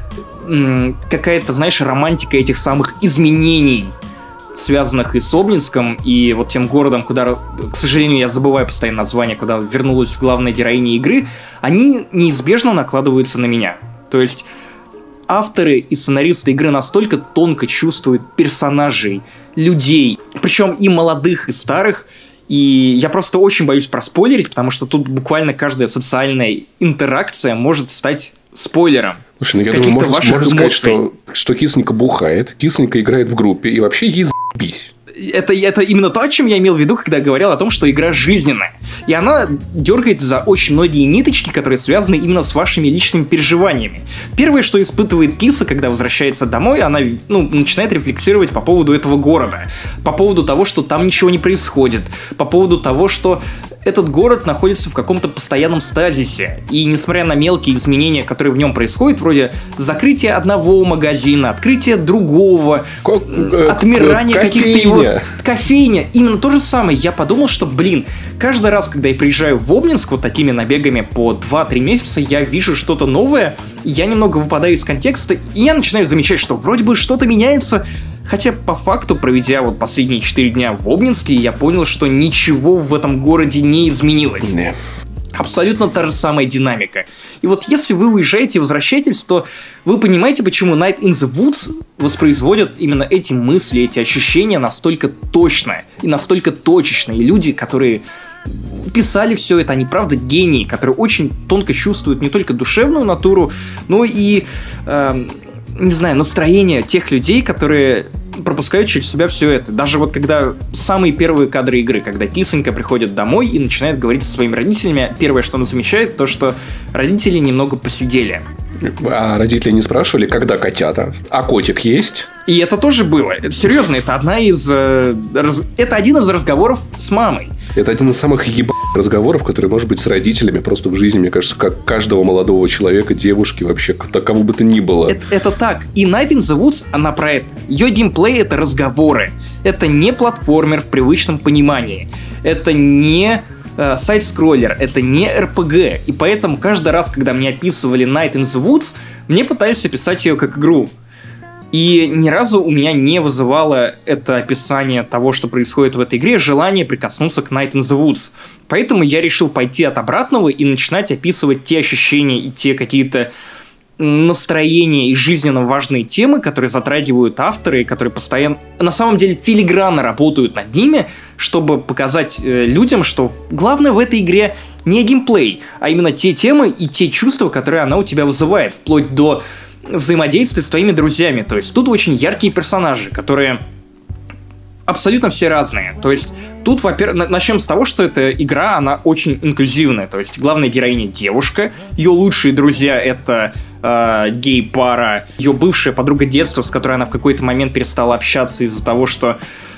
A: какая-то, знаешь, романтика этих самых изменений, связанных и с Обнинском, и вот тем городом, куда, к сожалению, я забываю постоянно название, куда вернулась главная героиня игры, они неизбежно накладываются на меня. То есть авторы и сценаристы игры настолько тонко чувствуют персонажей, людей, причем и молодых, и старых, и я просто очень боюсь проспойлерить, потому что тут буквально каждая социальная интеракция может стать спойлером.
B: Слушай, я думаю, можно сказать, что кисонька бухает, кисонька играет в группе, и вообще ей заебись.
A: Это именно то, о чем я имел в виду, когда говорил о том, что игра жизненная. И она дергает за очень многие ниточки, которые связаны именно с вашими личными переживаниями. Первое, что испытывает киса, когда возвращается домой, она начинает рефлексировать по поводу этого города. По поводу того, что там ничего не происходит. По поводу того, что этот город находится в каком-то постоянном стазисе. И несмотря на мелкие изменения, которые в нем происходят, вроде закрытия одного магазина, открытия другого, отмирания каких-то его... Кофейня. Именно то же самое. Я подумал, что, каждый раз, когда я приезжаю в Обнинск вот такими набегами по 2-3 месяца, я вижу что-то новое, я немного выпадаю из контекста, и я начинаю замечать, что вроде бы что-то меняется. Хотя, по факту, проведя вот последние 4 дня в Обнинске, я понял, что ничего в этом городе не изменилось.
B: Нет.
A: Абсолютно та же самая динамика. И вот если вы уезжаете и возвращаетесь, то вы понимаете, почему Night in the Woods воспроизводят именно эти мысли, эти ощущения настолько точно и настолько точечно. И люди, которые писали все это, они правда гении, которые очень тонко чувствуют не только душевную натуру, но и... настроение тех людей, которые пропускают через себя все это. Даже вот когда самые первые кадры игры, когда кисонька приходит домой и начинает говорить со своими родителями, первое, что она замечает, то, что родители немного посидели.
B: А родители не спрашивали, когда котята? А котик есть?
A: И это тоже было. Серьезно, это это один из разговоров с мамой.
B: Это один из самых ебаных разговоров, которые может быть с родителями просто в жизни, мне кажется, как каждого молодого человека, девушки, вообще, кого бы то ни было.
A: Это так. И Night in the Woods, она про это. Ее геймплей — это разговоры. Это не платформер в привычном понимании. Это не сайд-скроллер, это не RPG. И поэтому каждый раз, когда мне описывали Night in the Woods, мне пытались описать ее как игру. И ни разу у меня не вызывало это описание того, что происходит в этой игре, желание прикоснуться к Night in the Woods. Поэтому я решил пойти от обратного и начинать описывать те ощущения и те какие-то настроения и жизненно важные темы, которые затрагивают авторы, и которые постоянно, на самом деле, филигранно работают над ними, чтобы показать людям, что главное в этой игре не геймплей, а именно те темы и те чувства, которые она у тебя вызывает, вплоть до взаимодействия с твоими друзьями. То есть тут очень яркие персонажи, которые абсолютно все разные. То есть тут, во-первых, начнем с того, что эта игра, она очень инклюзивная. То есть главная героиня девушка, ее лучшие друзья — это гей-пара, ее бывшая подруга детства, с которой она в какой-то момент перестала общаться из-за того, что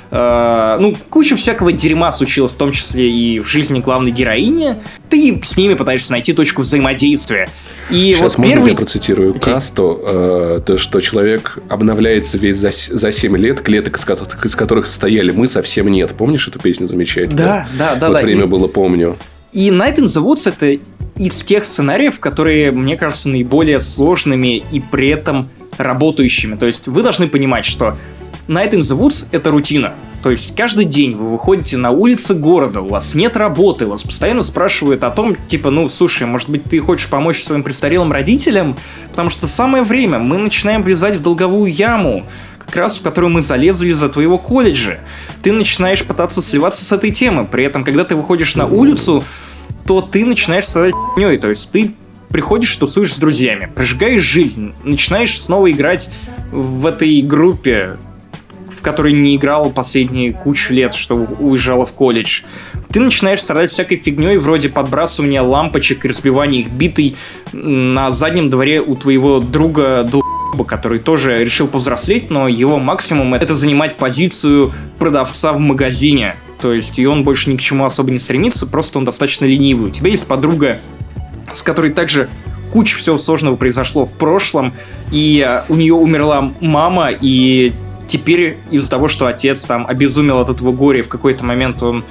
A: куча всякого дерьма случилось, в том числе и в жизни главной героини. Ты с ними пытаешься найти точку взаимодействия. И
B: сейчас вот можно я процитирую Касту, то, что человек обновляется весь за 7 лет, клеток, из которых состояли мы, совсем нет. Помнишь эту песню замечательную?
A: Да.
B: Вот время было, помню.
A: И Night in the Woods — это из тех сценариев, которые, мне кажется, наиболее сложными и при этом работающими. То есть вы должны понимать, что Night in the Woods — это рутина. То есть каждый день вы выходите на улицы города, у вас нет работы, вас постоянно спрашивают о том, типа, слушай, может быть, ты хочешь помочь своим престарелым родителям? Потому что самое время, мы начинаем влезать в долговую яму, как раз в которую мы залезли из-за твоего колледжа. Ты начинаешь пытаться сливаться с этой темы. При этом, когда ты выходишь на улицу, то ты начинаешь страдать х**нёй. То есть ты приходишь, тусуешь с друзьями, прожигаешь жизнь, начинаешь снова играть в этой группе, в которой не играл последние кучу лет, что уезжала в колледж. Ты начинаешь страдать всякой фигней вроде подбрасывания лампочек и разбивания их битой на заднем дворе у твоего друга который тоже решил повзрослеть, но его максимум — это занимать позицию продавца в магазине. То есть и он больше ни к чему особо не стремится, просто он достаточно ленивый. У тебя есть подруга, с которой также куча всего сложного произошло в прошлом, и у нее умерла мама, и теперь из-за того, что отец там обезумел от этого горя, в какой-то момент он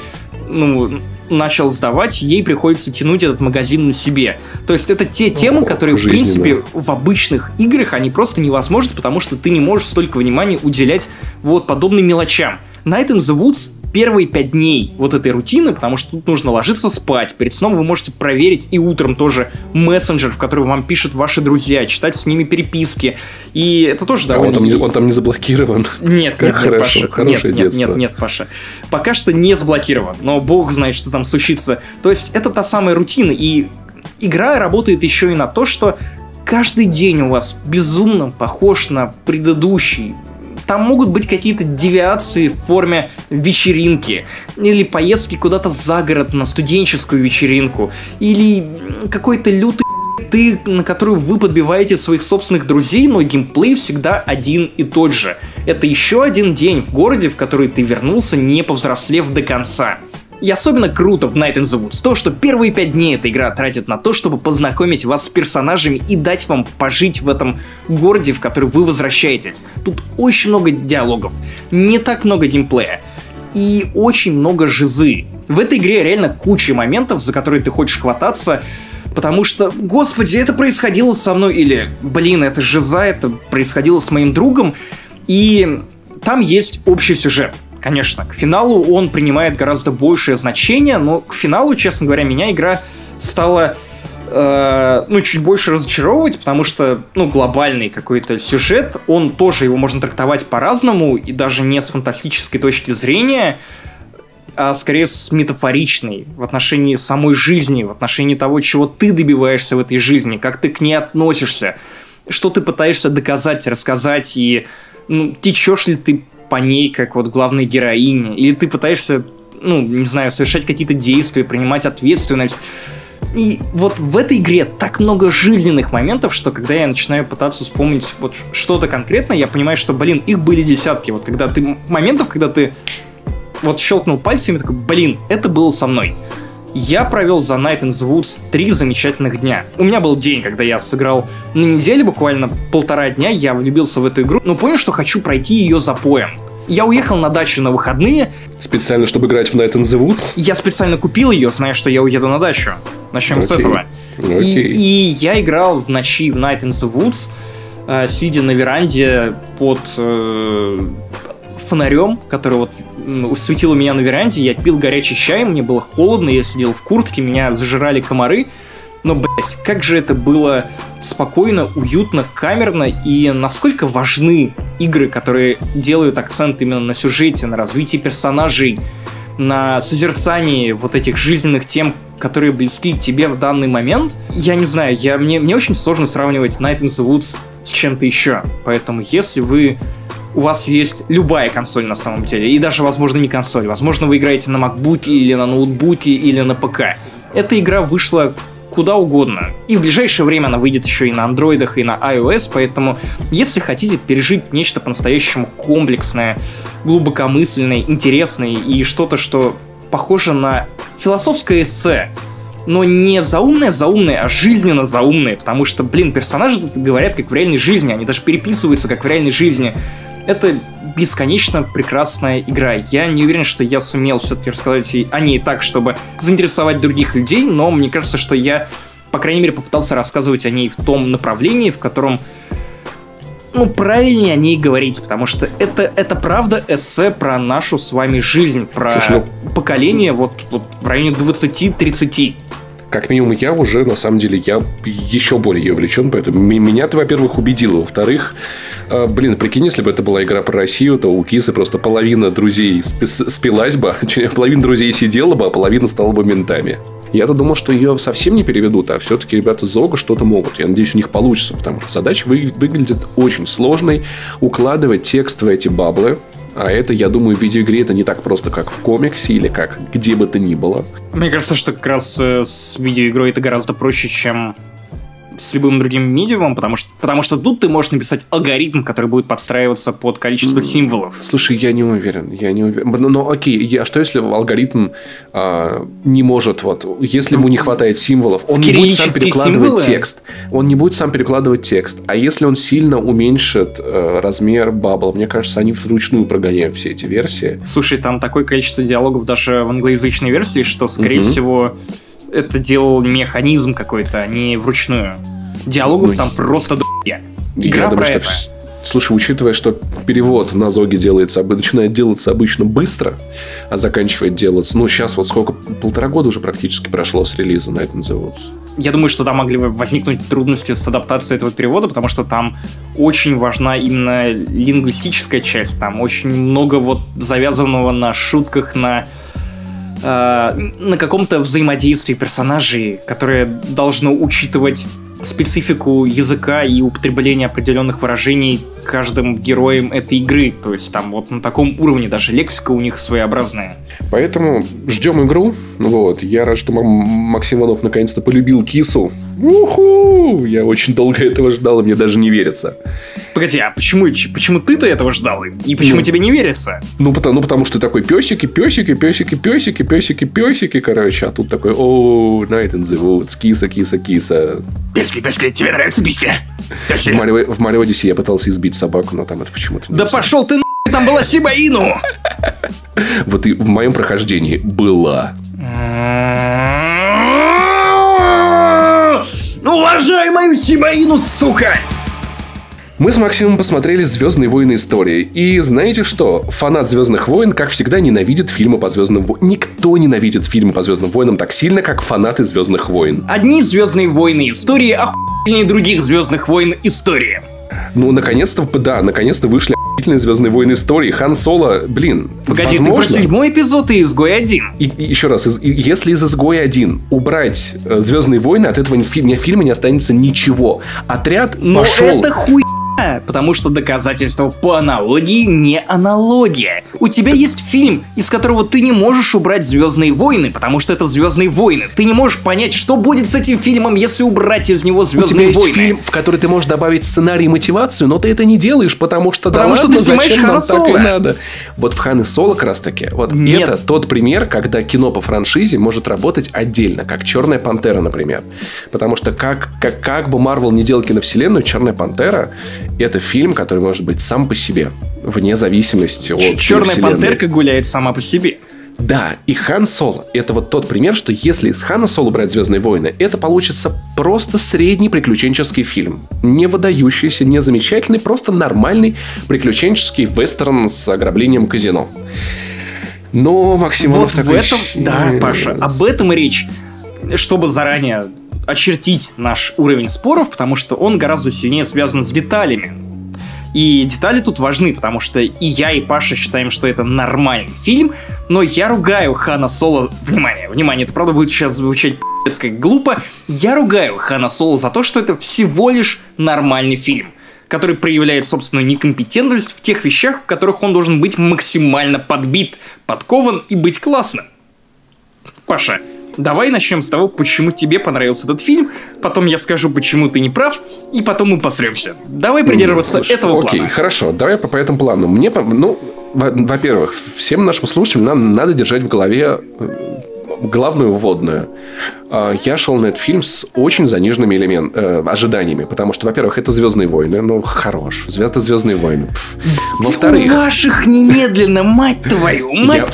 A: начал сдавать, ей приходится тянуть этот магазин на себе. То есть это те темы, которые, в принципе, в обычных играх, они просто невозможны, потому что ты не можешь столько внимания уделять вот подобным мелочам. Night in the Woods первые 5 дней вот этой рутины, потому что тут нужно ложиться спать. Перед сном вы можете проверить и утром тоже мессенджер, в который вам пишут ваши друзья, читать с ними переписки. И это тоже довольно...
B: Он там не заблокирован?
A: Нет,
B: Паша. Хорошее детство.
A: Нет, Паша. Пока что не заблокирован, но бог знает, что там случится. То есть это та самая рутина, и игра работает еще и на то, что каждый день у вас безумно похож на предыдущий. Там могут быть какие-то девиации в форме вечеринки, или поездки куда-то за город на студенческую вечеринку, или какой-то лютый на которую вы подбиваете своих собственных друзей, но геймплей всегда один и тот же. Это еще один день в городе, в который ты вернулся, не повзрослев до конца. И особенно круто в Night in the Woods то, что первые 5 дней эта игра тратит на то, чтобы познакомить вас с персонажами и дать вам пожить в этом городе, в который вы возвращаетесь. Тут очень много диалогов, не так много геймплея и очень много жизы. В этой игре реально куча моментов, за которые ты хочешь хвататься, потому что, господи, это происходило со мной, или, это жиза, это происходило с моим другом, и там есть общий сюжет. Конечно, к финалу он принимает гораздо большее значение, но к финалу, честно говоря, меня игра стала чуть больше разочаровывать, потому что, глобальный какой-то сюжет, он тоже, его можно трактовать по-разному, и даже не с фантастической точки зрения, а скорее с метафоричной, в отношении самой жизни, в отношении того, чего ты добиваешься в этой жизни, как ты к ней относишься, что ты пытаешься доказать, рассказать, и течешь ли ты по ней как вот главной героине, или ты пытаешься, не знаю, совершать какие-то действия, принимать ответственность. И вот в этой игре так много жизненных моментов, что когда я начинаю пытаться вспомнить вот что-то конкретное, я понимаю, что, их были десятки. Вот когда моментов, когда ты вот щелкнул пальцами, такой, это было со мной. Я провел за Night in the Woods 3 замечательных дня. У меня был день, когда я сыграл на неделе, буквально 1,5 дня, я влюбился в эту игру, но понял, что хочу пройти ее запоем. Я уехал на дачу на выходные.
B: Специально, чтобы играть в Night in the Woods?
A: Я специально купил ее, зная, что я уеду на дачу. Начнем с этого. И я играл в ночи в Night in the Woods, сидя на веранде под фонарем, который вот светил у меня на веранде. Я пил горячий чай, мне было холодно, я сидел в куртке, меня зажирали комары. Но, как же это было спокойно, уютно, камерно, и насколько важны игры, которые делают акцент именно на сюжете, на развитии персонажей, на созерцании вот этих жизненных тем, которые близки к тебе в данный момент. Я не знаю, мне очень сложно сравнивать Night in the Woods с чем-то еще. Поэтому если у вас есть любая консоль на самом деле, и даже, возможно, не консоль, возможно, вы играете на MacBook или на ноутбуке или на ПК, эта игра вышла куда угодно. И в ближайшее время она выйдет еще и на андроидах, и на iOS, поэтому если хотите пережить нечто по-настоящему комплексное, глубокомысленное, интересное и что-то, что похоже на философское эссе, но не заумное, а жизненно заумное, потому что, персонажи говорят как в реальной жизни, они даже переписываются как в реальной жизни. Это бесконечно прекрасная игра. Я не уверен, что я сумел все-таки рассказать о ней так, чтобы заинтересовать других людей, но мне кажется, что я, по крайней мере, попытался рассказывать о ней в том направлении, в котором, правильнее о ней говорить, потому что это правда эссе про нашу с вами жизнь, про поколение вот в районе 20-30.
B: Как минимум, я уже, на самом деле, я еще более увлечен, поэтому меня ты, во-первых, убедил, во-вторых, прикинь, если бы это была игра про Россию, то у Кисы просто половина друзей спилась бы, половина друзей сидела бы, а половина стала бы ментами. Я-то думал, что ее совсем не переведут, а все-таки ребята из Зога что-то могут. Я надеюсь, у них получится, потому что задача выглядит очень сложной. Укладывать текст в эти баблы. А это, я думаю, в видеоигре это не так просто, как в комиксе или как где бы то ни было.
A: Мне кажется, что как раз с видеоигрой это гораздо проще, чем с любым другим медиумом, потому что тут ты можешь написать алгоритм, который будет подстраиваться под количество символов.
B: Слушай, я не уверен. Но окей, а что если алгоритм не может, если ему не хватает символов, он не будет сам перекладывать текст. Он не будет сам перекладывать текст. А если он сильно уменьшит размер бабл, мне кажется, они вручную прогоняют все эти версии.
A: Слушай, там такое количество диалогов даже в англоязычной версии, что, скорее всего, это делал механизм какой-то, а не вручную. Диалогов там просто до***я. Игра про это.
B: Слушай, учитывая, что перевод на Зоге начинает делаться обычно быстро, а заканчивает делаться... сейчас сколько? 1,5 года уже практически прошло с релиза Night in the Woods.
A: Я думаю, что там могли возникнуть трудности с адаптацией этого перевода, потому что там очень важна именно лингвистическая часть. Там очень много завязанного на шутках, на каком-то взаимодействии персонажей, которое должно учитывать специфику языка и употребление определенных выражений каждым героем этой игры. То есть там на таком уровне даже лексика у них своеобразная.
B: Поэтому ждем игру. Я рад, что Максим Иванов наконец-то полюбил Кису. Уху! Я очень долго этого ждал, и мне даже не верится.
A: Погоди, а почему ты-то этого ждал? И почему тебе не верится?
B: Потому что такой песики, короче. А тут такой, Night in the Woods, киса.
A: Пески, тебе нравятся писки?
B: В Марио Одиссей я пытался избить собаку, но там это почему-то не...
A: Да пошел ты нахуй, там была Сиба Ину!
B: И в моем прохождении была.
A: Уважай мою Сиба Ину, сука!
B: Мы с Максимом посмотрели «Звездные войны. Истории». И знаете что? Фанат «Звездных войн», как всегда, ненавидит фильмы по «Звездным войнам». Никто ненавидит фильмы по «Звездным войнам» так сильно, как фанаты «Звездных войн».
A: Одни «Звездные войны. Истории» охуительнее других «Звездных войн. Истории».
B: Наконец-то вышли охуительные «Звездные войны. Истории». Хан Соло,
A: Погоди,
B: возможно...
A: ты про 7-й эпизод и «Изгой-1».
B: И еще раз, если из «Изгоя-1» убрать «Звездные войны», от этого фильма не останется ничего. Отряд пошел...
A: Но это хуй... потому что доказательство по аналогии не аналогия. У тебя есть фильм, из которого ты не можешь убрать «Звездные войны», потому что это «Звездные войны». Ты не можешь понять, что будет с этим фильмом, если убрать из него «Звездные войны».
B: У тебя есть фильм, в который ты можешь добавить сценарий и мотивацию, но ты это не делаешь, потому что
A: ты снимаешь Хана Соло.
B: Так и надо. Вот в Хан и Соло как раз таки. Вот это тот пример, когда кино по франшизе может работать отдельно, как «Черная пантера», например. Потому что как бы Марвел не делал киновселенную, «Черная пантера» — это фильм, который может быть сам по себе, вне зависимости от
A: «Черная
B: вселенной.
A: пантерка» гуляет сама по себе.
B: Да, и Хан Соло — это вот тот пример, что если из Хана Соло брать «Звездные войны», это получится просто средний приключенческий фильм. Не выдающийся, не замечательный, просто нормальный приключенческий вестерн с ограблением казино. Но Максимов
A: вот в этом... Да, Паша, об этом и речь. Чтобы заранее очертить наш уровень споров, потому что он гораздо сильнее связан с деталями. И детали тут важны, потому что и я, и Паша считаем, что это нормальный фильм, но я ругаю Хана Соло... Внимание, это правда будет сейчас звучать как глупо. Я ругаю Хана Соло за то, что это всего лишь нормальный фильм, который проявляет собственную некомпетентность в тех вещах, в которых он должен быть максимально подбит, подкован и быть классным. Паша, давай начнем с того, почему тебе понравился этот фильм, потом я скажу, почему ты не прав, и потом мы посремся. Давай придерживаться этого плана.
B: Окей, хорошо, давай по этому плану. Во-первых, всем нашим слушателям надо держать в голове главную вводную. Я шел на этот фильм с очень заниженными ожиданиями, потому что, во-первых, это «Звездные войны», хорош, это «Звездные войны». Во-вторых...
A: Ваших немедленно, мать твою,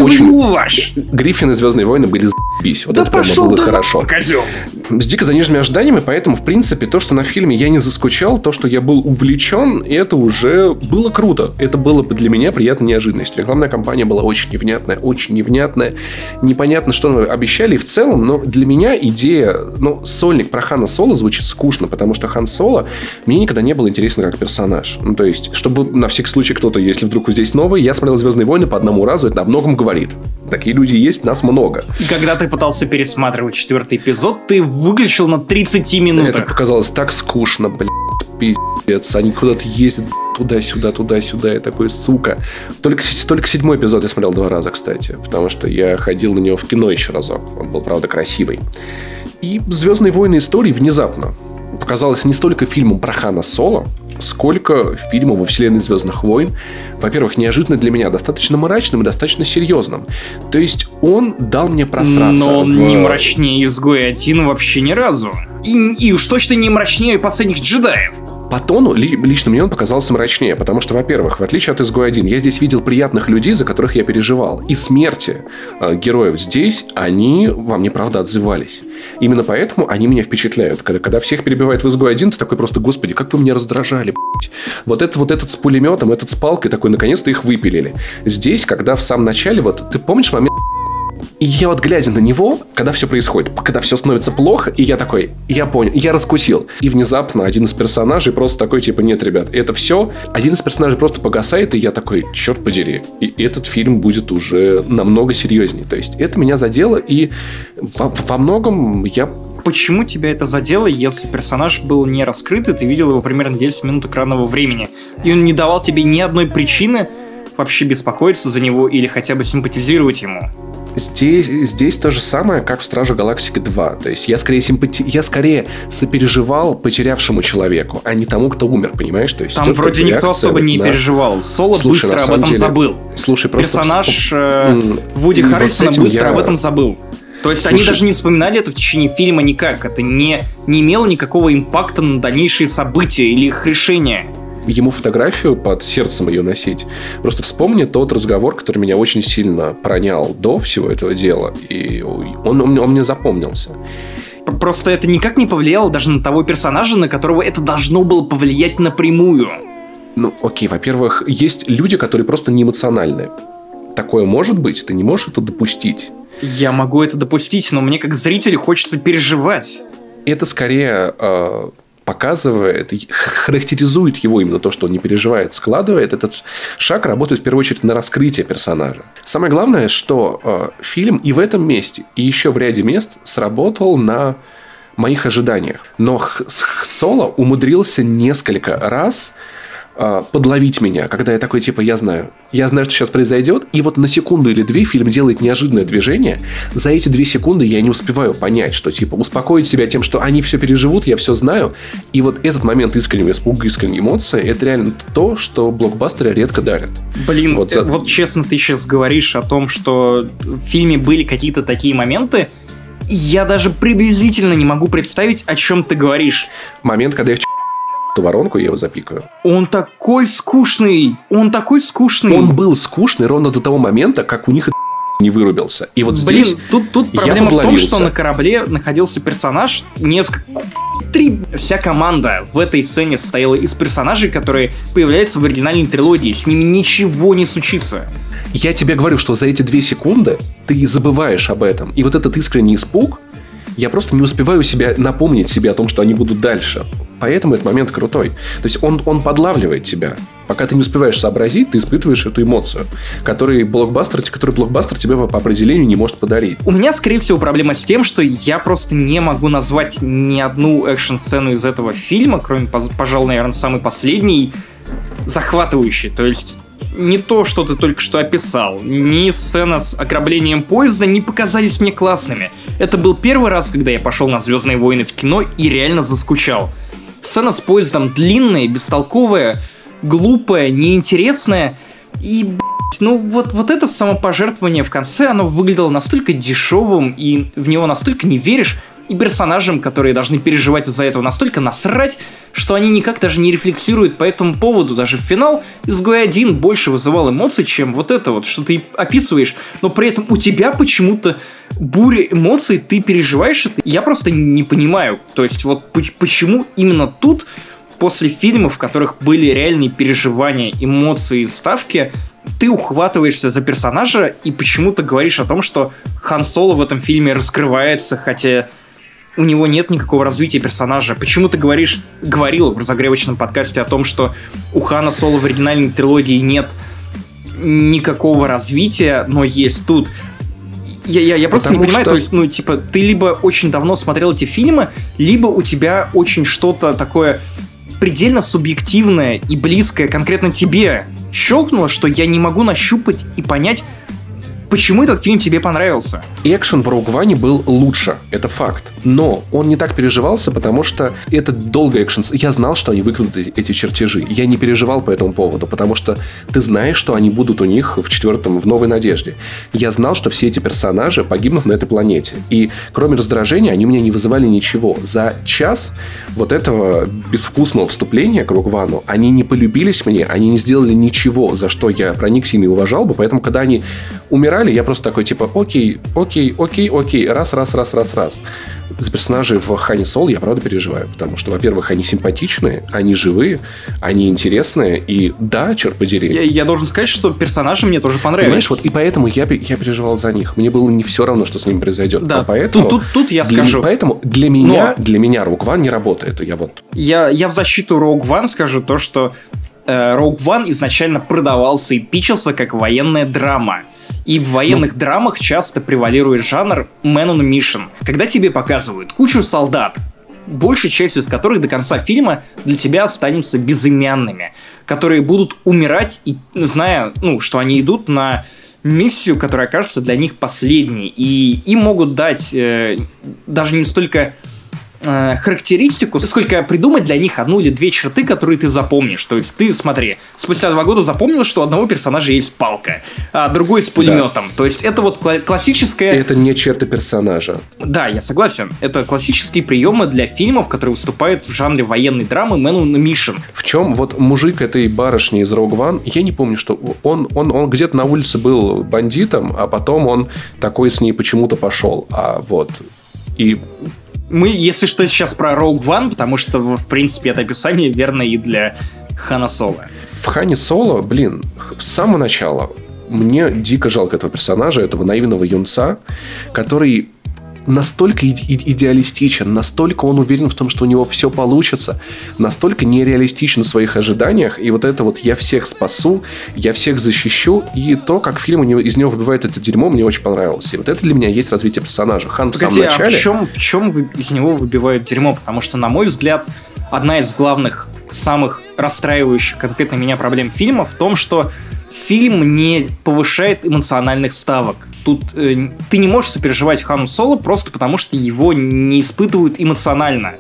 A: ваш!
B: Гриффин и «Звездные войны» были заебись. Вот
A: да
B: это прямо было хорошо.
A: Козел.
B: С дико заниженными ожиданиями, поэтому, в принципе, то, что на фильме я не заскучал, то, что я был увлечен, это уже было круто. Это было для меня приятной неожиданностью. Рекламная кампания была очень невнятная. Непонятно, что нам обещали. И в целом, но для меня идея... сольник про Хана Соло звучит скучно, потому что Хан Соло мне никогда не был интересен как персонаж. То есть, чтобы на всякий случай кто-то, если вдруг здесь новый, я смотрел «Звездные войны» по одному разу, это о многом говорит. Такие люди есть, нас много.
A: И когда ты пытался пересматривать 4-й эпизод, ты выключил на 30 минутах.
B: Это показалось так скучно, пиздец. Они куда-то ездят туда-сюда. Я такой, сука. Только 7-й эпизод я смотрел 2 раза, кстати. Потому что я ходил на него в кино еще разок. Он был, правда, красивый. И «Звездные войны» истории внезапно показалось не столько фильмом про Хана Соло, сколько фильмом во вселенной «Звездных войн». Во-первых, неожиданно для меня достаточно мрачным и достаточно серьезным. То есть он дал мне просраться.
A: Но он не мрачнее «Изгоя-1» вообще ни разу. И уж точно не мрачнее «Последних джедаев».
B: По тону лично мне он показался мрачнее, потому что, во-первых, в отличие от «Изгоя-1», я здесь видел приятных людей, за которых я переживал. И смерти героев здесь, они во мне, правда, отзывались. Именно поэтому они меня впечатляют. Когда всех перебивают в «Изгой-1», ты такой просто, господи, как вы меня раздражали, блядь. Вот этот с пулеметом, этот с палкой, такой, наконец-то их выпилили. Здесь, когда в самом начале, ты помнишь момент... И я вот, глядя на него, когда все происходит, когда все становится плохо, и я такой, я понял, я раскусил. И внезапно один из персонажей просто такой, типа, нет, ребят, это все. Один из персонажей просто погасает, и я такой, черт подери. И этот фильм будет уже намного серьезнее. То есть это меня задело, и во многом я...
A: Почему тебя это задело, если персонаж был не раскрыт, и ты видел его примерно 10 минут экранного времени, и он не давал тебе ни одной причины вообще беспокоиться за него или хотя бы симпатизировать ему?
B: Здесь то же самое, как в «Страже Галактики 2». То есть я скорее сопереживал потерявшему человеку, а не тому, кто умер, понимаешь? То есть
A: там вроде никто особо не переживал. Соло быстро об этом забыл. Персонаж Вуди Харрельсона быстро об этом забыл. То есть они даже не вспоминали это в течение фильма никак. Это не имело никакого импакта на дальнейшие события или их решения.
B: Ему фотографию под сердцем ее носить. Просто вспомни тот разговор, который меня очень сильно пронял до всего этого дела. И он мне запомнился.
A: Просто это никак не повлияло даже на того персонажа, на которого это должно было повлиять напрямую.
B: Окей, во-первых, есть люди, которые просто не эмоциональны. Такое может быть, ты не можешь это допустить.
A: Я могу это допустить, но мне как зрителю хочется переживать.
B: Это скорее... показывает, характеризует его именно то, что он не переживает, складывает. Этот шаг работает в первую очередь на раскрытие персонажа. Самое главное, что фильм и в этом месте, и еще в ряде мест сработал на моих ожиданиях. Но Соло умудрился несколько раз подловить меня, когда я такой, типа, я знаю, что сейчас произойдет, и вот на секунду или две фильм делает неожиданное движение, за эти 2 секунды я не успеваю понять, что, типа, успокоить себя тем, что они все переживут, я все знаю, и вот этот момент искреннего испуга, искренней эмоции, это реально то, что блокбастеры редко дарят.
A: Блин, вот честно, ты сейчас говоришь о том, что в фильме были какие-то такие моменты, я даже приблизительно не могу представить, о чем ты говоришь.
B: Момент, когда я ту воронку, я его запикаю.
A: Он такой скучный. Он
B: был скучный ровно до того момента, как у них не вырубился. И вот
A: блин,
B: здесь
A: тут проблема в том, что на корабле находился персонаж, вся команда в этой сцене состояла из персонажей, которые появляются в оригинальной трилогии. С ними ничего не случится.
B: Я тебе говорю, что за эти 2 секунды ты забываешь об этом. И вот этот искренний испуг, я просто не успеваю напомнить себе о том, что они будут дальше. Поэтому этот момент крутой. То есть он подлавливает тебя. Пока ты не успеваешь сообразить, ты испытываешь эту эмоцию, который блокбастер тебе по определению не может подарить.
A: У меня, скорее всего, проблема с тем, что я просто не могу назвать ни одну экшн-сцену из этого фильма, кроме, пожалуй, наверное, самой последней, захватывающей. То есть не то, что ты только что описал, ни сцена с ограблением поезда не показались мне классными. Это был первый раз, когда я пошел на «Звездные войны» в кино и реально заскучал. Сцена с поездом длинная, бестолковая, глупая, неинтересная. И, вот это самопожертвование в конце, оно выглядело настолько дешевым, и в него настолько не веришь, и персонажам, которые должны переживать из-за этого, настолько насрать, что они никак даже не рефлексируют по этому поводу. Даже финал «Изгой 1» больше вызывал эмоций, чем вот это вот, что ты описываешь, но при этом у тебя почему-то буря эмоций, ты переживаешь это. Я просто не понимаю, то есть вот почему именно тут, после фильмов, в которых были реальные переживания, эмоции, ставки, ты ухватываешься за персонажа и почему-то говоришь о том, что Хан Соло в этом фильме раскрывается, хотя у него нет никакого развития персонажа. Почему ты говорил в разогревочном подкасте о том, что у Хана Соло в оригинальной трилогии нет никакого развития, но есть тут. Я просто не понимаю, то есть, ты либо очень давно смотрел эти фильмы, либо у тебя очень что-то такое предельно субъективное и близкое конкретно тебе щелкнуло, что я не могу нащупать и понять, почему этот фильм тебе понравился.
B: Экшен в Rogue One был лучше, это факт. Но он не так переживался, потому что это долгий экшен. Я знал, что они выкинут эти чертежи. Я не переживал по этому поводу, потому что ты знаешь, что они будут у них в «Новой надежде». Я знал, что все эти персонажи погибнут на этой планете. И кроме раздражения, они у меня не вызывали ничего. За час вот этого безвкусного вступления к Rogue One они не полюбились мне, они не сделали ничего, за что я проникся ими и уважал бы. Поэтому, когда они умирали, я просто такой, типа, окей, раз. За персонажей в Хане Соло я правда переживаю, потому что, во-первых, они симпатичные, они живые, они интересные, и да, черт подери.
A: Я должен сказать, что персонажи мне тоже понравились.
B: Понимаешь, вот и поэтому я переживал за них. Мне было не все равно, что с ними произойдет.
A: Да,
B: поэтому,
A: тут я скажу.
B: Поэтому для меня Rogue One не работает. Я
A: в защиту Rogue One скажу то, что Rogue One изначально продавался и пичился как военная драма. И в военных драмах часто превалирует жанр man on a mission, когда тебе показывают кучу солдат, большая часть из которых до конца фильма для тебя останется безымянными, которые будут умирать, и зная, что они идут на миссию, которая окажется для них последней. И им могут дать даже не столько характеристику, сколько придумать для них одну или две черты, которые ты запомнишь. То есть ты, смотри, спустя 2 года запомнил, что у одного персонажа есть палка, а другой с пулеметом. Да. То есть это вот классическая...
B: Это не черты персонажа.
A: Да, я согласен. Это классические приемы для фильмов, которые выступают в жанре военной драмы Man on a Mission.
B: В чем вот мужик этой барышни из Rogue One, я не помню, что он где-то на улице был бандитом, а потом он такой с ней почему-то пошел. И...
A: Мы, если что, сейчас про Rogue One, потому что, в принципе, это описание верно и для Хана Соло.
B: В Хане Соло, с самого начала мне дико жалко этого персонажа, этого наивного юнца, который настолько идеалистичен, настолько он уверен в том, что у него все получится, настолько нереалистичен в своих ожиданиях, и вот это вот «я всех спасу», «я всех защищу», и то, как фильм из него выбивает это дерьмо, мне очень понравилось. И вот это для меня есть развитие персонажа. Хан в самом начале...
A: а в чем из него выбивают дерьмо? Потому что, на мой взгляд, одна из главных, самых расстраивающих конкретно меня проблем фильма в том, что фильм не повышает эмоциональных ставок. Тут ты не можешь сопереживать Хану Соло просто потому, что его не испытывают эмоционально.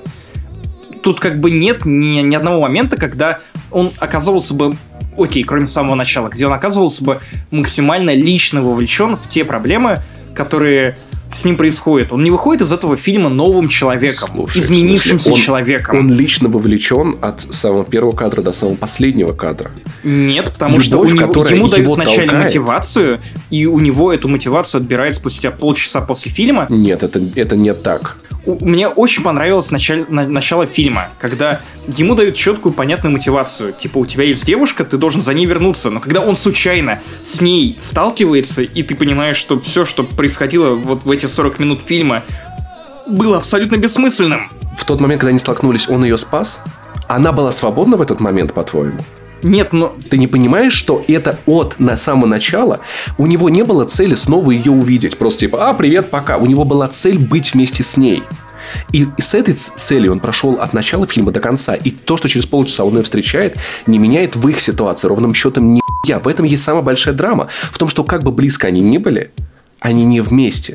A: Тут как бы нет ни одного момента, когда он оказывался бы, окей, кроме самого начала, где он оказывался бы максимально лично вовлечен в те проблемы, которые с ним происходит. Он не выходит из этого фильма новым человеком, изменившимся человеком.
B: Он лично вовлечен от самого первого кадра до самого последнего кадра.
A: Нет, потому что ему дают вначале мотивацию, и у него эту мотивацию отбирают спустя полчаса после фильма.
B: Нет, это не так.
A: Мне очень понравилось начало фильма, когда ему дают четкую, понятную мотивацию. Типа, у тебя есть девушка, ты должен за ней вернуться. Но когда он случайно с ней сталкивается, и ты понимаешь, что все, что происходило вот в эти 40 минут фильма, было абсолютно бессмысленным.
B: В тот момент, когда они столкнулись, он ее спас? Она была свободна в этот момент, по-твоему?
A: Нет, но...
B: Ты не понимаешь, что это на самого начала у него не было цели снова ее увидеть. Просто типа, привет, пока. У него была цель быть вместе с ней. И с этой целью он прошел от начала фильма до конца. И то, что через полчаса он ее встречает, не меняет в их ситуации ровным счетом нихуя. В этом есть самая большая драма. В том, что как бы близко они ни были, они не вместе.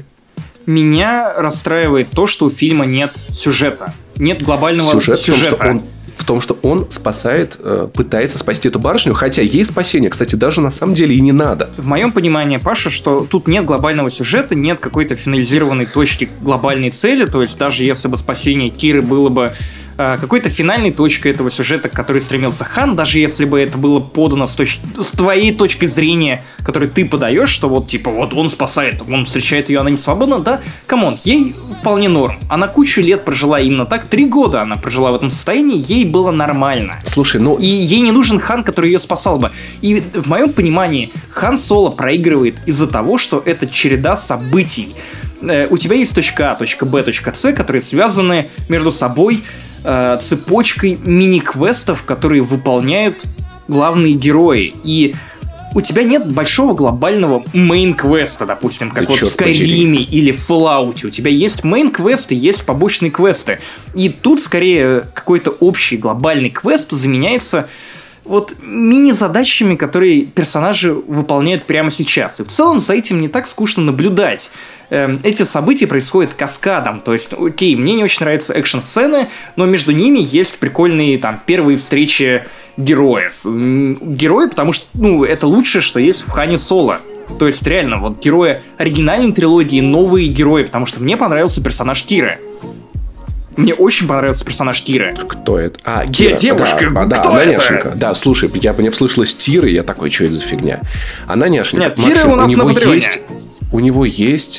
A: Меня расстраивает то, что у фильма нет сюжета. Нет глобального сюжета.
B: В том, что он спасает, пытается спасти эту барышню, хотя ей спасение, кстати, даже на самом деле и не надо.
A: В моем понимании, Паша, что тут нет глобального сюжета, нет какой-то финализированной точки глобальной цели, то есть даже если бы спасение Киры было бы какой-то финальной точкой этого сюжета, к которой стремился Хан, даже если бы это было подано с твоей точки зрения, которую ты подаешь, что вот типа вот он спасает, он встречает ее, она не свободна, да, камон, ей вполне норм. Она кучу лет прожила именно так, 3 года она прожила в этом состоянии, ей было нормально.
B: Слушай,
A: и ей не нужен Хан, который ее спасал бы. И в моем понимании Хан Соло проигрывает из-за того, что это череда событий. У тебя есть точка А, точка Б, точка С, которые связаны между собой цепочкой мини-квестов, которые выполняют главные герои. И у тебя нет большого глобального мейн-квеста, допустим, как вот в Скайриме или в Fallout. У тебя есть мейн-квесты, есть побочные квесты. И тут скорее какой-то общий глобальный квест заменяется вот мини-задачами, которые персонажи выполняют прямо сейчас. И в целом за этим не так скучно наблюдать. Эти события происходят каскадом. То есть, окей, мне не очень нравятся экшн-сцены, но между ними есть прикольные там первые встречи героев. Герои, потому что, это лучшее, что есть в Хане Соло. То есть, реально, вот герои оригинальной трилогии, новые герои, потому что мне понравился персонаж Киры. Мне очень понравился персонаж Киры.
B: Кто это?
A: Кира. Девушка, кто
B: она
A: это?
B: Няшенька. Да, слушай, я мне слышалось Тиры, я такой, что это за фигня? Она Няшенька.
A: Нет, Тира у нас на Патреоне.
B: У него есть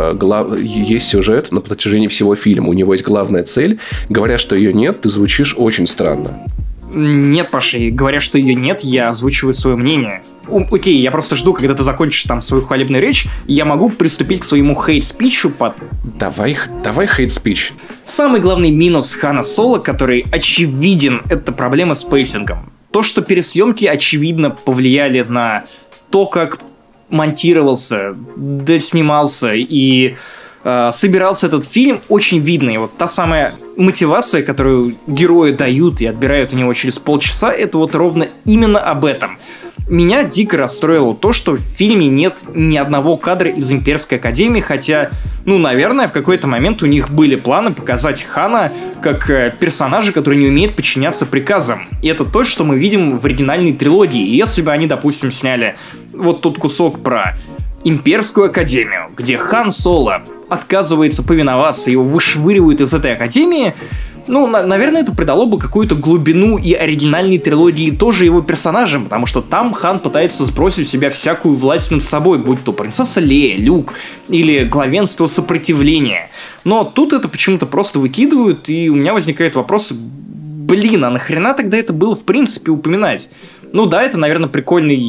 B: сюжет на протяжении всего фильма. У него есть главная цель. Говоря, что ее нет, ты звучишь очень странно.
A: Нет, Паша, говоря, что ее нет, я озвучиваю свое мнение. Окей, я просто жду, когда ты закончишь там свою хвалебную речь, и я могу приступить к своему хейт-спичу
B: Давай хейт-спич.
A: Самый главный минус Хана Соло, который очевиден, это проблема с пейсингом. То, что пересъемки очевидно повлияли на то, как монтировался, доснимался и собирался этот фильм, очень видно. И вот та самая мотивация, которую герои дают и отбирают у него через полчаса, это вот ровно именно об этом. Меня дико расстроило то, что в фильме нет ни одного кадра из Имперской Академии, хотя, наверное, в какой-то момент у них были планы показать Хана как персонажа, который не умеет подчиняться приказам. И это то, что мы видим в оригинальной трилогии. И если бы они, допустим, сняли вот тот кусок про Имперскую Академию, где Хан Соло отказывается повиноваться, его вышвыривают из этой Академии, наверное, это придало бы какую-то глубину и оригинальной трилогии тоже его персонажам, потому что там Хан пытается сбросить с себя всякую власть над собой, будь то принцесса Лея, Люк или главенство сопротивления. Но тут это почему-то просто выкидывают, и у меня возникает вопрос, а нахрена тогда это было в принципе упоминать? Да, это, наверное, прикольный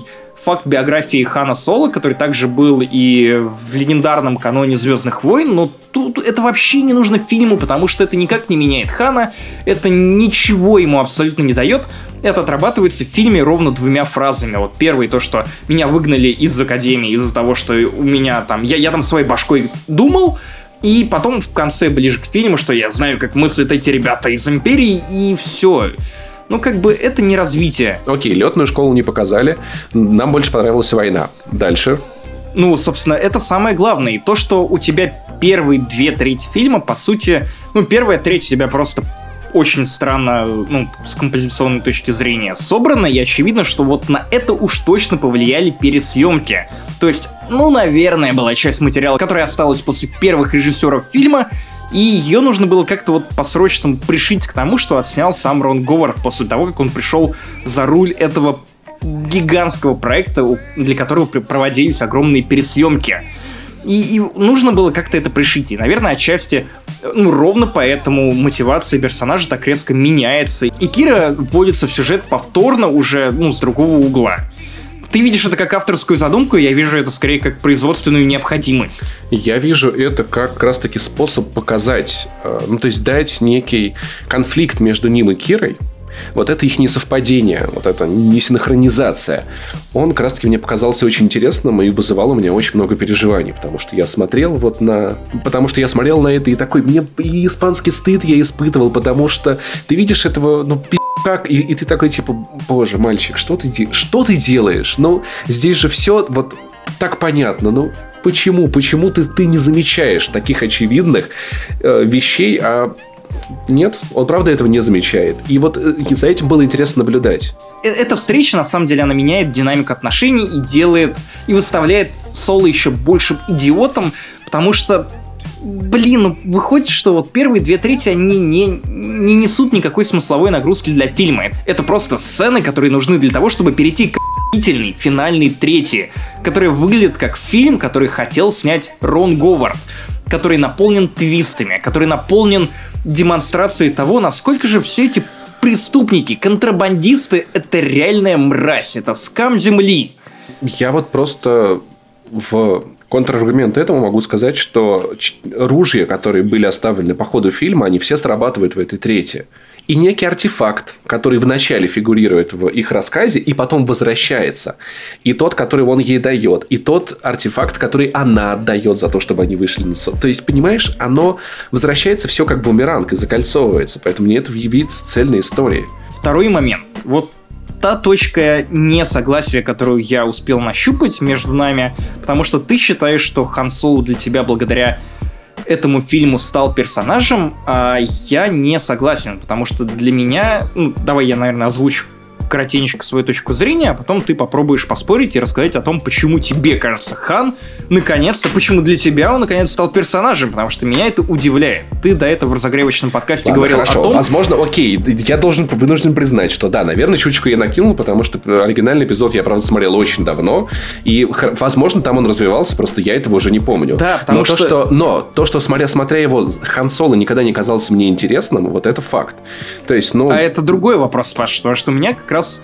A: факт биографии Хана Соло, который также был и в легендарном каноне «Звездных войн», но тут это вообще не нужно фильму, потому что это никак не меняет Хана, это ничего ему абсолютно не дает. Это отрабатывается в фильме ровно 2 фразами. Вот первый, то, что меня выгнали из Академии из-за того, что у меня там... Я там своей башкой думал, и потом в конце, ближе к фильму, что я знаю, как мыслят эти ребята из Империи, и все. Ну, как бы, это не развитие.
B: Окей, летную школу не показали. Нам больше понравилась война. Дальше.
A: Ну, собственно, это самое главное. И то, что у тебя первые 2/3 фильма, по сути... Ну, первая треть у тебя просто очень странно, ну, с композиционной точки зрения собрано, и очевидно, что вот на это уж точно повлияли пересъемки. То есть, ну, наверное, была часть материала, которая осталась после первых режиссеров фильма, и ее нужно было как-то вот по-срочному пришить к тому, что отснял сам Рон Говард после того, как он пришел за руль этого гигантского проекта, для которого проводились огромные пересъемки. И нужно было как-то это пришить. И, наверное, отчасти, ну, ровно поэтому мотивация персонажа так резко меняется. И Кира вводится в сюжет повторно уже, ну, с другого угла. Ты видишь это как авторскую задумку, я вижу это скорее как производственную необходимость.
B: Я вижу это как раз-таки способ показать, ну, то есть дать некий конфликт между ним и Кирой. Вот это их несовпадение, вот это несинхронизация. Он как раз-таки мне показался очень интересным и вызывал у меня очень много переживаний, потому что я смотрел на это и такой, мне и испанский стыд я испытывал, потому что ты видишь этого, ну, как, и ты такой, типа, боже, мальчик, что ты делаешь? Ну, здесь же все вот так понятно, ну, почему ты не замечаешь таких очевидных вещей, а нет, он правда этого не замечает. И вот за этим было интересно наблюдать.
A: Эта встреча, на самом деле, она меняет динамику отношений и выставляет Соло еще большим идиотом, потому что, ну, выходит, что вот первые 2/3 они не несут никакой смысловой нагрузки для фильма. Это просто сцены, которые нужны для того, чтобы перейти к охуительной финальной трети, которая выглядит как фильм, который хотел снять Рон Говард, который наполнен твистами, который наполнен демонстрацией того, насколько же все эти преступники, контрабандисты — это реальная мразь, это скам земли.
B: Я вот просто в контраргумент этому могу сказать, что ружья, которые были оставлены по ходу фильма, они все срабатывают в этой трети. И некий артефакт, который вначале фигурирует в их рассказе и потом возвращается. И тот, который он ей дает. И тот артефакт, который она отдает за то, чтобы они вышли на сон. То есть, понимаешь, оно возвращается все как бумеранг и закольцовывается. Поэтому мне это видится цельной историей.
A: Второй момент. Вот та точка несогласия, которую я успел нащупать между нами, потому что ты считаешь, что Хан Соло для тебя благодаря этому фильму стал персонажем, а я не согласен, потому что для меня... Ну, давай я, наверное, озвучу коротенько свою точку зрения, а потом ты попробуешь поспорить и рассказать о том, почему тебе кажется Хан, наконец-то, почему для тебя он наконец стал персонажем, потому что меня это удивляет. Ты до этого в разогревочном подкасте говорил
B: хорошо.
A: о том...
B: Возможно, окей, я вынужден признать, что да, наверное, чуточку я накинул, потому что оригинальный эпизод я, правда, смотрел очень давно, и, возможно, там он развивался, просто я этого уже не помню.
A: Да, потому
B: Но то, что смотря его, Хан Соло никогда не казался мне интересным, вот это факт. То есть, ну...
A: А это другой вопрос, Паш, потому что у меня как раз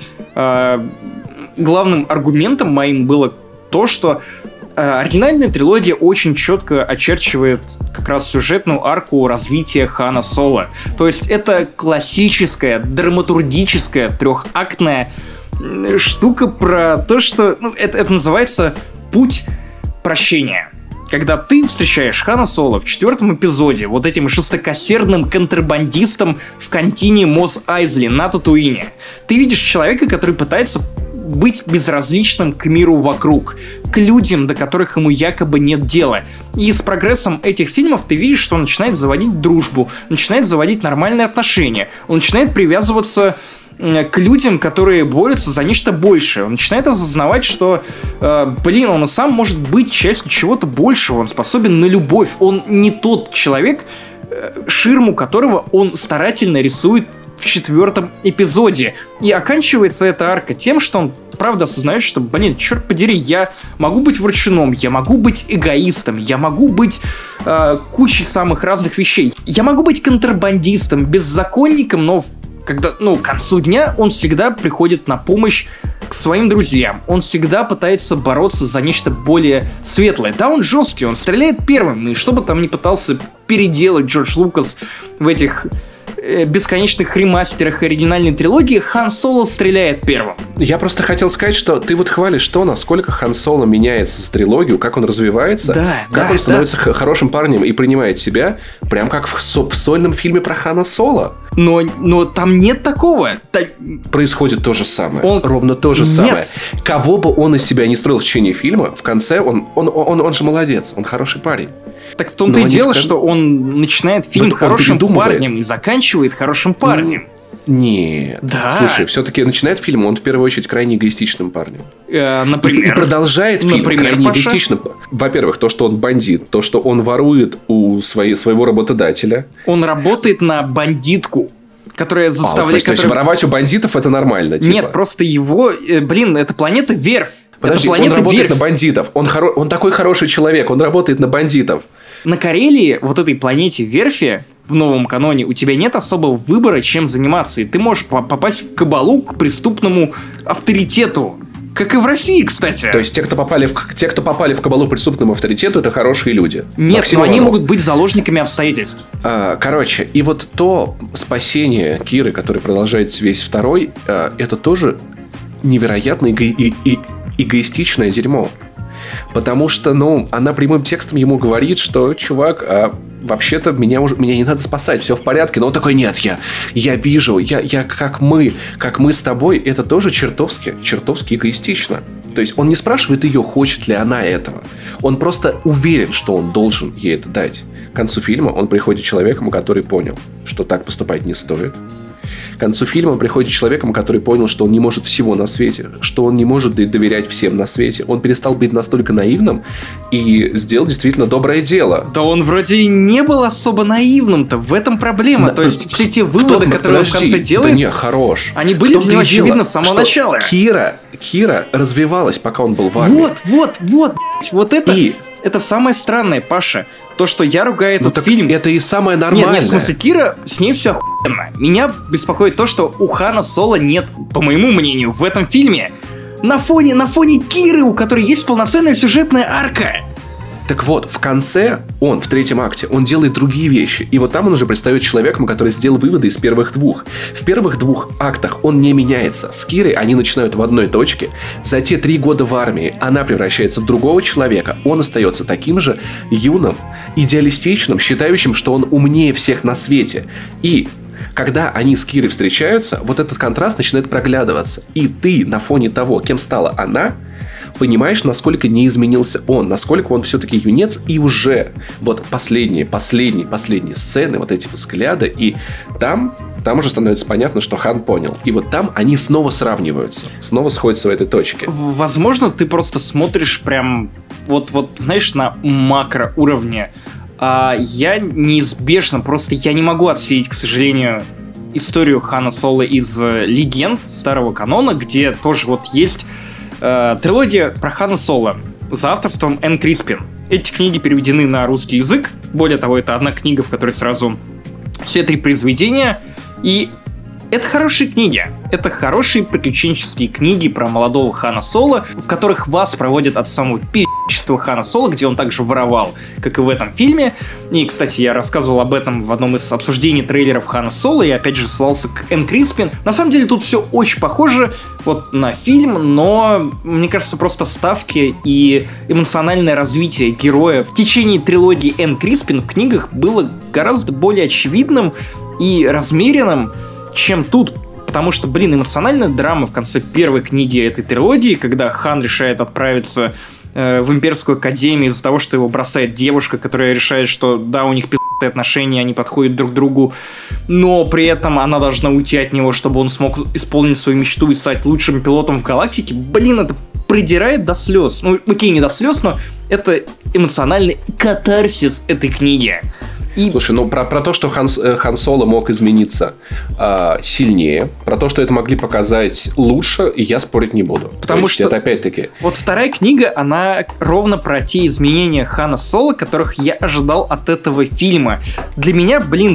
A: главным аргументом моим было то, что оригинальная трилогия очень четко очерчивает как раз сюжетную арку развития Хана Соло. То есть это классическая, драматургическая, трехактная штука про то, что... Ну, это называется «Путь прощения». Когда ты встречаешь Хана Соло в 4-м эпизоде вот этим жестокосердным контрабандистом в контине Мос Айзли на Татуине, ты видишь человека, который пытается быть безразличным к миру вокруг, к людям, до которых ему якобы нет дела. И с прогрессом этих фильмов ты видишь, что он начинает заводить дружбу, начинает заводить нормальные отношения, он начинает привязываться к людям, которые борются за нечто большее. Он начинает осознавать, что, он и сам может быть частью чего-то большего. Он способен на любовь. Он не тот человек, ширму которого он старательно рисует в 4-м эпизоде. И оканчивается эта арка тем, что он правда осознает, что, черт подери, я могу быть врачуном, я могу быть эгоистом, я могу быть кучей самых разных вещей. Я могу быть контрабандистом, беззаконником, но когда, к концу дня он всегда приходит на помощь к своим друзьям. Он всегда пытается бороться за нечто более светлое. Да, он жесткий, он стреляет первым, и что бы там ни пытался переделать Джордж Лукас в этих бесконечных ремастерах оригинальной трилогии, Хан Соло стреляет первым.
B: Я просто хотел сказать, что ты вот хвалишь то, насколько Хан Соло меняется за трилогию, как он развивается, как он становится хорошим парнем и принимает себя, прям как в сольном фильме про Хана Соло.
A: Но там нет такого.
B: Происходит то же самое. Ровно то же самое. Кого бы он из себя не строил в течение фильма, в конце он же молодец, он хороший парень.
A: Так в том-то и дело, что он начинает фильм хорошим парнем и заканчивает хорошим парнем.
B: Нет. Да. Слушай, все-таки начинает фильм он в первую очередь крайне эгоистичным парнем.
A: Например.
B: И продолжает фильм крайне эгоистичным. Во-первых, то, что он бандит, то, что он ворует у своего работодателя.
A: Он работает на бандитку, которая заставляет...
B: То есть воровать у бандитов это нормально? Типа.
A: Нет, просто его... это планета Верфь.
B: Подожди, он работает на бандитов. Он такой хороший человек, он работает на бандитов.
A: На Карелии, вот этой планете Верфи, в новом каноне, у тебя нет особого выбора, чем заниматься. И ты можешь попасть в кабалу к преступному авторитету. Как и в России, кстати.
B: То есть те, кто попали в кабалу к преступному авторитету, это хорошие люди.
A: Нет, но они могут быть заложниками обстоятельств.
B: Короче, и вот то спасение Киры, который продолжается весь второй, это тоже невероятно эгоистичное дерьмо. Потому что, она прямым текстом ему говорит, что, чувак, вообще-то меня не надо спасать, все в порядке. Но он такой, нет, я вижу, я как мы с тобой, это тоже чертовски эгоистично. То есть он не спрашивает ее, хочет ли она этого. Он просто уверен, что он должен ей это дать. К концу фильма он приходит человеком, который понял, что так поступать не стоит. К концу фильма он приходит человеком, который понял, что он не может всего на свете, что он не может доверять всем на свете. Он перестал быть настолько наивным и сделал действительно доброе дело.
A: Да он вроде и не был особо наивным-то, в этом проблема. То есть все те выводы, которые он в конце делает...
B: Да не, хорош.
A: Они были для него очевидно с самого начала.
B: Кира развивалась, пока он был в армии.
A: Вот это... Это самое странное, Паша. То, что я ругаю этот фильм...
B: Это и самое нормальное.
A: Нет, в смысле, Кира, с ней все охуенно. Меня беспокоит то, что у Хана Соло нет, по моему мнению, в этом фильме на фоне Киры, у которой есть полноценная сюжетная арка.
B: Так вот, в конце в третьем акте, он делает другие вещи. И вот там он уже предстает человеком, который сделал выводы из первых двух. В первых двух актах он не меняется. С Кирой они начинают в одной точке. За те 3 года в армии она превращается в другого человека. Он остается таким же юным, идеалистичным, считающим, что он умнее всех на свете. И когда они с Кирой встречаются, вот этот контраст начинает проглядываться. И ты на фоне того, кем стала она, понимаешь, насколько не изменился он, насколько он все-таки юнец, и уже вот последние сцены, вот эти взгляды, и там уже становится понятно, что Хан понял. И вот там они снова сравниваются, снова сходятся в этой точке.
A: Возможно, ты просто смотришь прям вот знаешь, на макроуровне. Я неизбежно, просто я не могу отследить, к сожалению, историю Хана Соло из легенд старого канона, где тоже вот есть трилогия про Хана Соло за авторством Энн Криспин. Эти книги переведены на русский язык. Более того, это одна книга, в которой сразу все 3 произведения. И это хорошие книги. Это хорошие приключенческие книги про молодого Хана Соло, в которых вас проводят от самого пиздечества Хана Соло, где он также воровал, как и в этом фильме. И, кстати, я рассказывал об этом в одном из обсуждений трейлеров Хана Соло, и опять же ссылался к Энн Криспин. На самом деле тут все очень похоже вот на фильм, но, мне кажется, просто ставки и эмоциональное развитие героя в течение трилогии Энн Криспин в книгах было гораздо более очевидным и размеренным, чем тут. Потому что, эмоциональная драма в конце первой книги этой трилогии, когда Хан решает отправиться в имперскую академию из-за того, что его бросает девушка, которая решает, что да, у них пиздатые отношения, они подходят друг к другу, но при этом она должна уйти от него, чтобы он смог исполнить свою мечту и стать лучшим пилотом в галактике. Это придирает до слез. Окей, не до слез, но это эмоциональный катарсис этой книги.
B: Слушай, про то, что Хан Соло мог измениться сильнее, про то, что это могли показать лучше, я спорить не буду.
A: Потому что
B: это опять-таки...
A: Вот вторая книга, она ровно про те изменения Хана Соло, которых я ожидал от этого фильма. Для меня, тут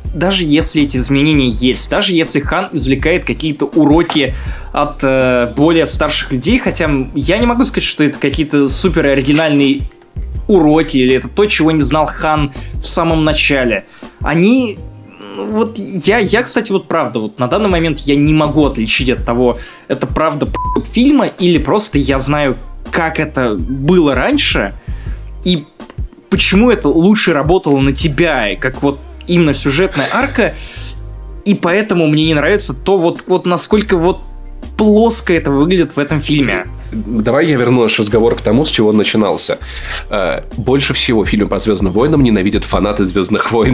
A: даже если эти изменения есть, даже если Хан извлекает какие-то уроки от более старших людей, хотя я не могу сказать, что это какие-то супер оригинальные уроки, или это то, чего не знал Хан в самом начале. Они... Вот я, кстати, вот правда, вот на данный момент я не могу отличить от того, это правда фильма, или просто я знаю, как это было раньше, и почему это лучше работало на тебя, и как вот именно сюжетная арка, и поэтому мне не нравится то, вот насколько вот плоско это выглядит в этом фильме.
B: Давай я верну наш разговор к тому, с чего он начинался. Больше всего фильм по «Звездным войнам» ненавидят фанаты «Звездных войн».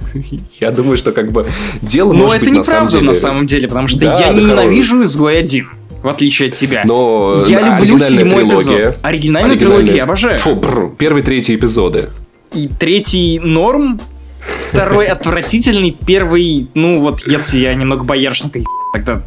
B: Я думаю, что как бы дело может быть на самом деле...
A: Но это неправда на самом деле, потому что я не ненавижу «Изгой-1», в отличие от тебя.
B: Но
A: я люблю 7-й эпизод. Оригинальную трилогию я обожаю.
B: Первые 3 эпизоды.
A: И 3 норм, 2 отвратительный, 1, ну вот если я немного боярышника, тогда,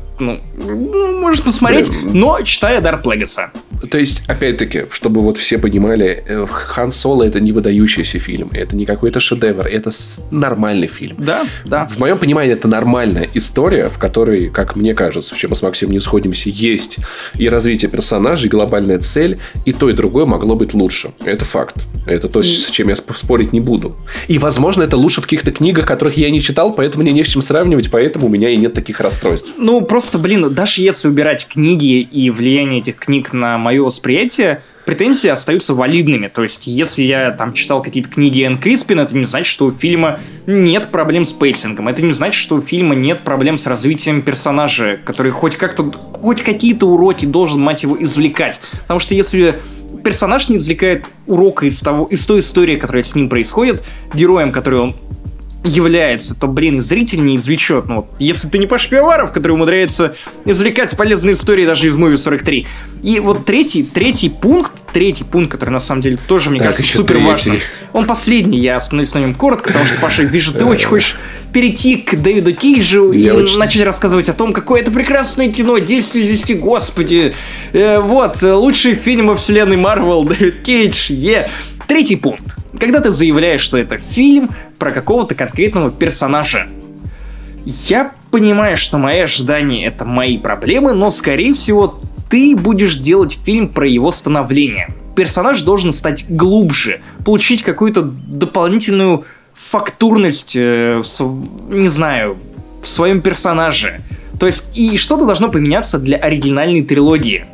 A: можно посмотреть, но читая Дарт Легаса.
B: То есть, опять-таки, чтобы вот все понимали, Хан Соло — это не выдающийся фильм, это не какой-то шедевр, это нормальный фильм.
A: Да, да.
B: В моем понимании, это нормальная история, в которой, как мне кажется, в чем мы с Максимом не сходимся, есть и развитие персонажей, и глобальная цель, и то, и другое могло быть лучше. Это факт. Это то, с чем я спорить не буду. И, возможно, это лучше в каких-то книгах, которых я не читал, поэтому мне не с чем сравнивать, поэтому у меня и нет таких расстройств.
A: Ну, просто, даже если убирать книги и влияние этих книг на мое восприятие, претензии остаются валидными. То есть, если я там читал какие-то книги Энн Криспин, это не значит, что у фильма нет проблем с пейсингом. Это не значит, что у фильма нет проблем с развитием персонажа, который хоть какие-то уроки должен, мать его, извлекать. Потому что если персонаж не извлекает урока из той истории, которая с ним происходит, героем, который он является, то, и зритель не извлечет. Если ты не Паша Пивоваров, который умудряется извлекать полезные истории даже из Movie 43. И вот третий пункт, который на самом деле тоже, мне кажется, супер важным. Он последний, я остановлюсь на нем коротко, потому что, Паша, вижу, ты очень хочешь перейти к Дэвиду Кейджу и начать рассказывать о том, какое это прекрасное кино, 10 из 10, господи. Лучшие фильмы вселенной Марвел, Дэвид Кейдж, Третий пункт. Когда ты заявляешь, что это фильм про какого-то конкретного персонажа. Я понимаю, что мои ожидания — это мои проблемы, но, скорее всего, ты будешь делать фильм про его становление. Персонаж должен стать глубже, получить какую-то дополнительную фактурность, в своем персонаже. То есть, и что-то должно поменяться для оригинальной трилогии.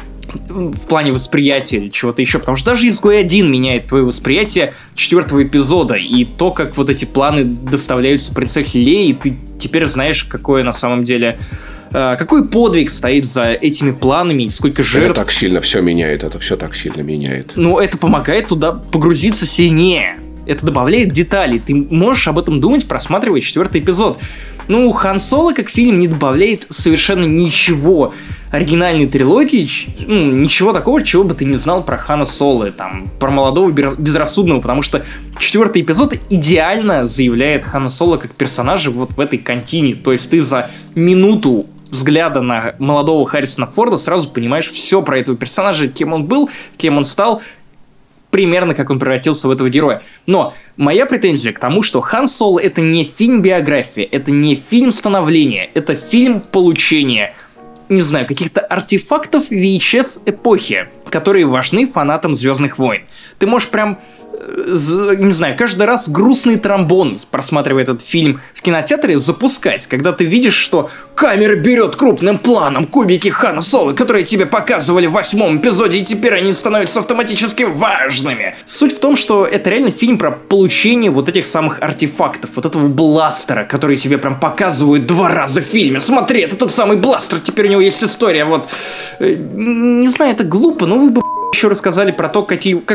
A: В плане восприятия или чего-то еще. Потому что даже «Изгой-1» меняет твое восприятие 4-го эпизода. И то, как вот эти планы доставляются принцессе Лее, и ты теперь знаешь, какое на самом деле... какой подвиг стоит за этими планами и сколько жертв.
B: Это так сильно все меняет, это все так сильно меняет.
A: Это помогает туда погрузиться сильнее. Это добавляет деталей. Ты можешь об этом думать, просматривая 4-й эпизод. Хан Соло как фильм не добавляет совершенно ничего оригинальной трилогии, ничего такого, чего бы ты не знал про Хана Соло, про молодого безрассудного, потому что 4-й эпизод идеально заявляет Хана Соло как персонажа вот в этой контине. То есть ты за минуту взгляда на молодого Харрисона Форда сразу понимаешь все про этого персонажа, кем он был, кем он стал, примерно как он превратился в этого героя. Но моя претензия к тому, что Хан Соло — это не фильм-биография, это не фильм становления, это фильм получения, каких-то артефактов VHS эпохи, которые важны фанатам «Звездных войн». Ты можешь прям, каждый раз грустный тромбон, просматривая этот фильм в кинотеатре, запускать, когда ты видишь, что камера берет крупным планом кубики Хана Соло, которые тебе показывали в 8-м эпизоде, и теперь они становятся автоматически важными. Суть в том, что это реально фильм про получение вот этих самых артефактов, вот этого бластера, который тебе прям показывают 2 раза в фильме. Смотри, это тот самый бластер, теперь у него есть история, это глупо, но вы бы еще рассказали про то,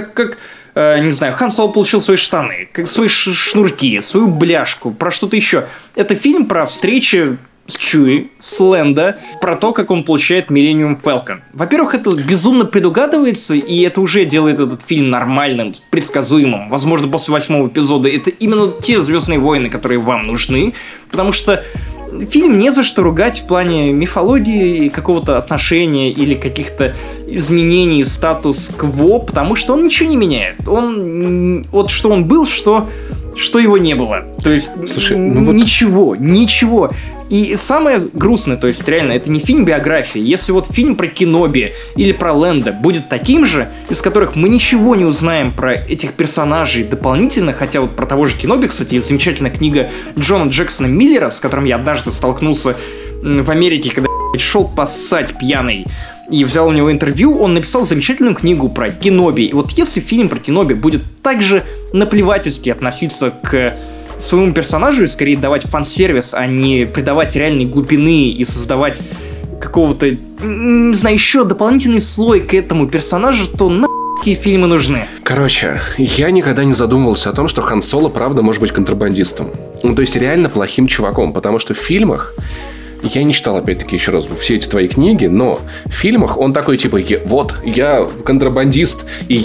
A: Хан Соло получил свои штаны, свои шнурки, свою бляшку, про что-то еще. Это фильм про встречи с Чуи, с Лэндо, про то, как он получает Millennium Falcon. Во-первых, это безумно предугадывается, и это уже делает этот фильм нормальным, предсказуемым. Возможно, после 8-го эпизода это именно те «Звездные войны», которые вам нужны, потому что фильм не за что ругать в плане мифологии и какого-то отношения или каких-то изменений статус-кво, потому что он ничего не меняет. Что он был, что что его не было. То есть,
B: слушай,
A: ничего. И самое грустное, то есть реально, это не фильм-биография. Если вот фильм про Кеноби или про Лэнда будет таким же, из которых мы ничего не узнаем про этих персонажей дополнительно, хотя вот про того же Кеноби, кстати, есть замечательная книга Джона Джексона Миллера, с которым я однажды столкнулся в Америке, когда шел поссать пьяный, и взял у него интервью, он написал замечательную книгу про Кеноби. И вот если фильм про Кеноби будет также наплевательски относиться к своему персонажу и скорее давать фан-сервис, а не придавать реальной глубины и создавать какого-то, не знаю, еще дополнительный слой к этому персонажу, то какие фильмы нужны?
B: Короче, я никогда не задумывался о том, что Хан Соло правда может быть контрабандистом. Ну, то есть реально плохим чуваком, потому что в фильмах я не читал, опять-таки, еще раз, все эти твои книги, но в фильмах он такой, типа, вот, я контрабандист, и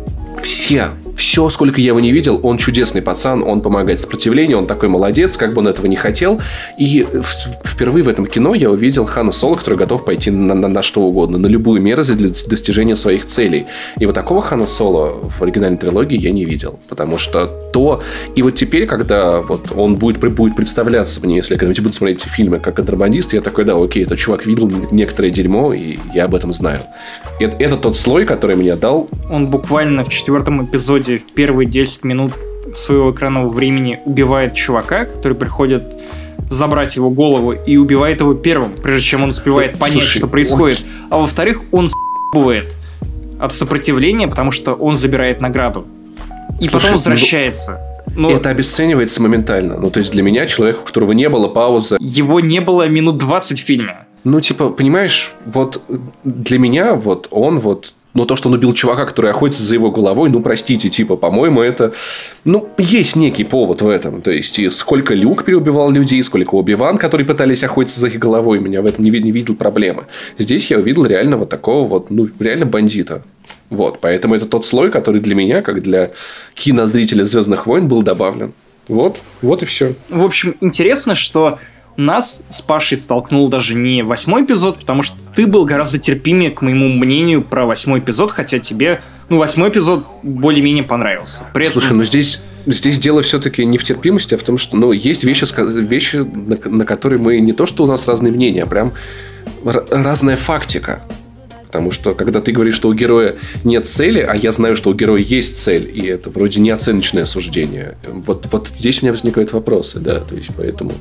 B: все, сколько я его не видел, он чудесный пацан, он помогает сопротивлению, он такой молодец, как бы он этого не хотел. И впервые в этом кино я увидел Хана Соло, который готов пойти на что угодно, на любую мерзость для достижения своих целей. И вот такого Хана Соло в оригинальной трилогии я не видел, потому что И вот теперь, когда вот он будет представляться мне, если я когда-нибудь буду смотреть эти фильмы как контрабандист, я такой, да, окей, этот чувак видел некоторое дерьмо, и я об этом знаю. Это тот слой, который мне дал.
A: Он буквально в 4-м эпизоде в первые 10 минут своего экранного времени убивает чувака, который приходит забрать его голову, и убивает его первым, прежде чем он успевает понять, что происходит. А во-вторых, он с***ывает от сопротивления, потому что он забирает награду. И потом возвращается.
B: Это обесценивается моментально. Ну, то есть для меня, человека, у которого не было паузы...
A: Его не было минут 20 в фильме.
B: Ну, типа, понимаешь, вот для меня вот он вот... Но то, что он убил чувака, который охотится за его головой, ну, простите, типа, по-моему, это... Ну, есть некий повод в этом. То есть, и сколько Люк переубивал людей, сколько Оби-Ван, которые пытались охотиться за их головой, меня в этом не видел проблемы. Здесь я увидел реально вот такого вот, ну, реально бандита. Вот, поэтому это тот слой, который для меня, как для кинозрителя «Звездных войн», был добавлен. Вот и все.
A: В общем, интересно, что... Нас с Пашей столкнул даже не 8-й эпизод, потому что ты был гораздо терпимее, к моему мнению, про 8-й эпизод, хотя тебе, 8-й эпизод более-менее понравился.
B: Слушай, ну здесь дело все-таки не в терпимости, а в том, что, есть вещи, на которые мы не то, что у нас разные мнения, а прям разная фактика. Потому что, когда ты говоришь, что у героя нет цели, а я знаю, что у героя есть цель, и это вроде не оценочное суждение, вот здесь у меня возникают вопросы, да, то есть, поэтому...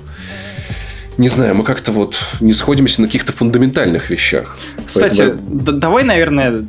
B: Не знаю, мы как-то вот не сходимся на каких-то фундаментальных вещах.
A: Кстати, давай, наверное,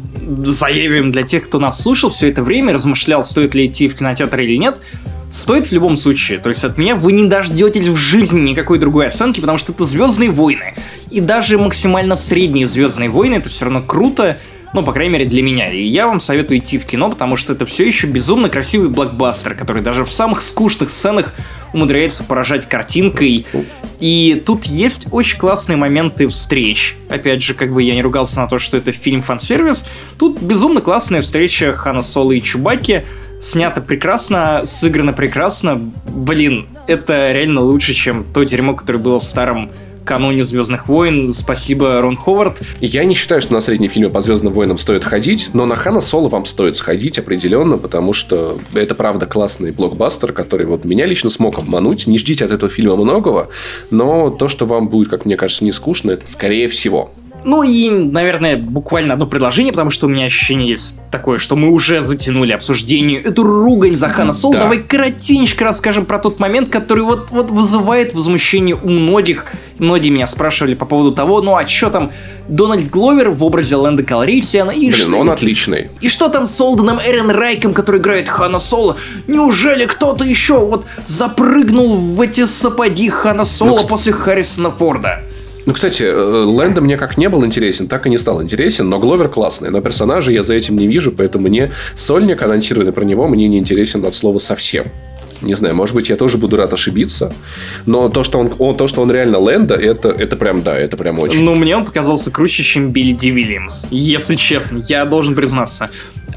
A: заявим для тех, кто нас слушал все это время, размышлял, стоит ли идти в кинотеатр или нет. Стоит в любом случае. То есть от меня вы не дождетесь в жизни никакой другой оценки, потому что это «Звездные войны». И даже максимально средние «Звездные войны» — это все равно круто. По крайней мере, для меня. И я вам советую идти в кино, потому что это все еще безумно красивый блокбастер, который даже в самых скучных сценах умудряется поражать картинкой. И тут есть очень классные моменты встреч. Опять же, как бы я не ругался на то, что это фильм фан-сервис, тут безумно классная встреча Хана Соло и Чубаки. Снято прекрасно, сыграно прекрасно. Блин, это реально лучше, чем то дерьмо, которое было в старом каноне «Звездных войн». Спасибо, Рон Ховард.
B: Я не считаю, что на средние фильмы по «Звездным войнам» стоит ходить, но на Хана Соло вам стоит сходить определенно, потому что это, правда, классный блокбастер, который вот меня лично смог обмануть. Не ждите от этого фильма многого, но то, что вам будет, как мне кажется, не скучно, это скорее всего.
A: И, наверное, буквально одно предложение, потому что у меня ощущение есть такое, что мы уже затянули обсуждение эту ругань за Хана Соло. Да. Давай коротенько расскажем про тот момент, который вот вызывает возмущение у многих. Многие меня спрашивали по поводу того, а что там Дональд Гловер в образе Лэнда Калрисиана?
B: Он отличный.
A: И что там с Олденом Эренрайком, который играет Хана Соло? Неужели кто-то еще запрыгнул в эти сапоги Хана Соло после Харрисона Форда?
B: Кстати, Лэнда мне как не был интересен, так и не стал интересен, но Гловер классный. Но персонажа я за этим не вижу, поэтому мне сольник, анонсированный про него, мне не интересен от слова совсем. Не знаю, может быть, я тоже буду рад ошибиться, но то, что он реально Лэнда, это прям очень.
A: Мне он показался круче, чем Билли Ди Вильямс, если честно, я должен признаться.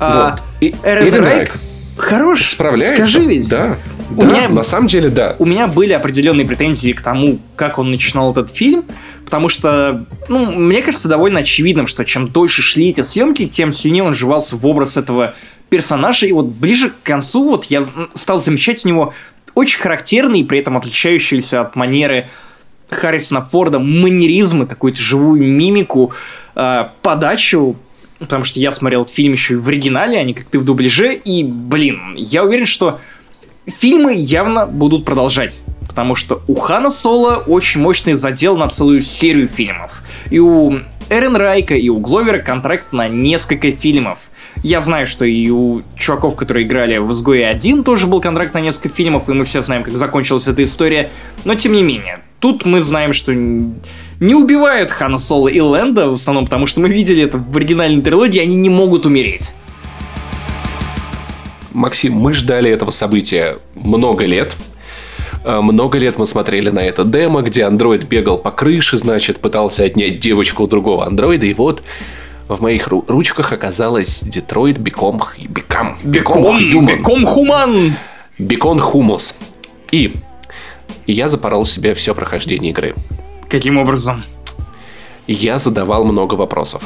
A: Эрен Райк хорош,
B: справляется.
A: Скажи ведь.
B: Да, на самом деле, да.
A: У меня были определенные претензии к тому, как он начинал этот фильм, потому что, мне кажется довольно очевидным, что чем дольше шли эти съемки, тем сильнее он вживался в образ этого персонажа, и вот ближе к концу вот я стал замечать у него очень характерный, при этом отличающийся от манеры Харрисона Форда манеризмы, какую-то живую мимику, подачу, потому что я смотрел этот фильм еще и в оригинале, а не как ты в дубляже, и, блин, я уверен, что фильмы явно будут продолжать, потому что у Хана Соло очень мощный задел на целую серию фильмов, и у Эренрайка, и у Гловера контракт на несколько фильмов. Я знаю, что и у чуваков, которые играли в «Изгое 1», тоже был контракт на несколько фильмов, и мы все знаем, как закончилась эта история. Но, тем не менее, тут мы знаем, что не убивают Хана Соло и Лэнда, в основном потому, что мы видели это в оригинальной трилогии, они не могут умереть.
B: Максим, мы ждали этого события много лет. Много лет мы смотрели на это демо, где андроид бегал по крыше, значит, пытался отнять девочку у другого андроида, и вот... В моих ручках оказалось Detroit Become
A: Human.
B: Become Humus. И я запорол себе все прохождение игры.
A: Каким образом?
B: Я задавал много вопросов.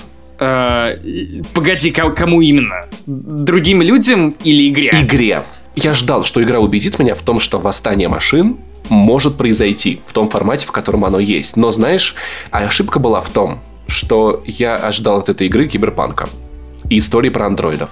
A: Погоди, кому именно? Другим людям или игре?
B: Игре. Я ждал, что игра убедит меня в том, что восстание машин может произойти в том формате, в котором оно есть. Но, знаешь, ошибка была в том, что я ожидал от этой игры киберпанка и истории про андроидов.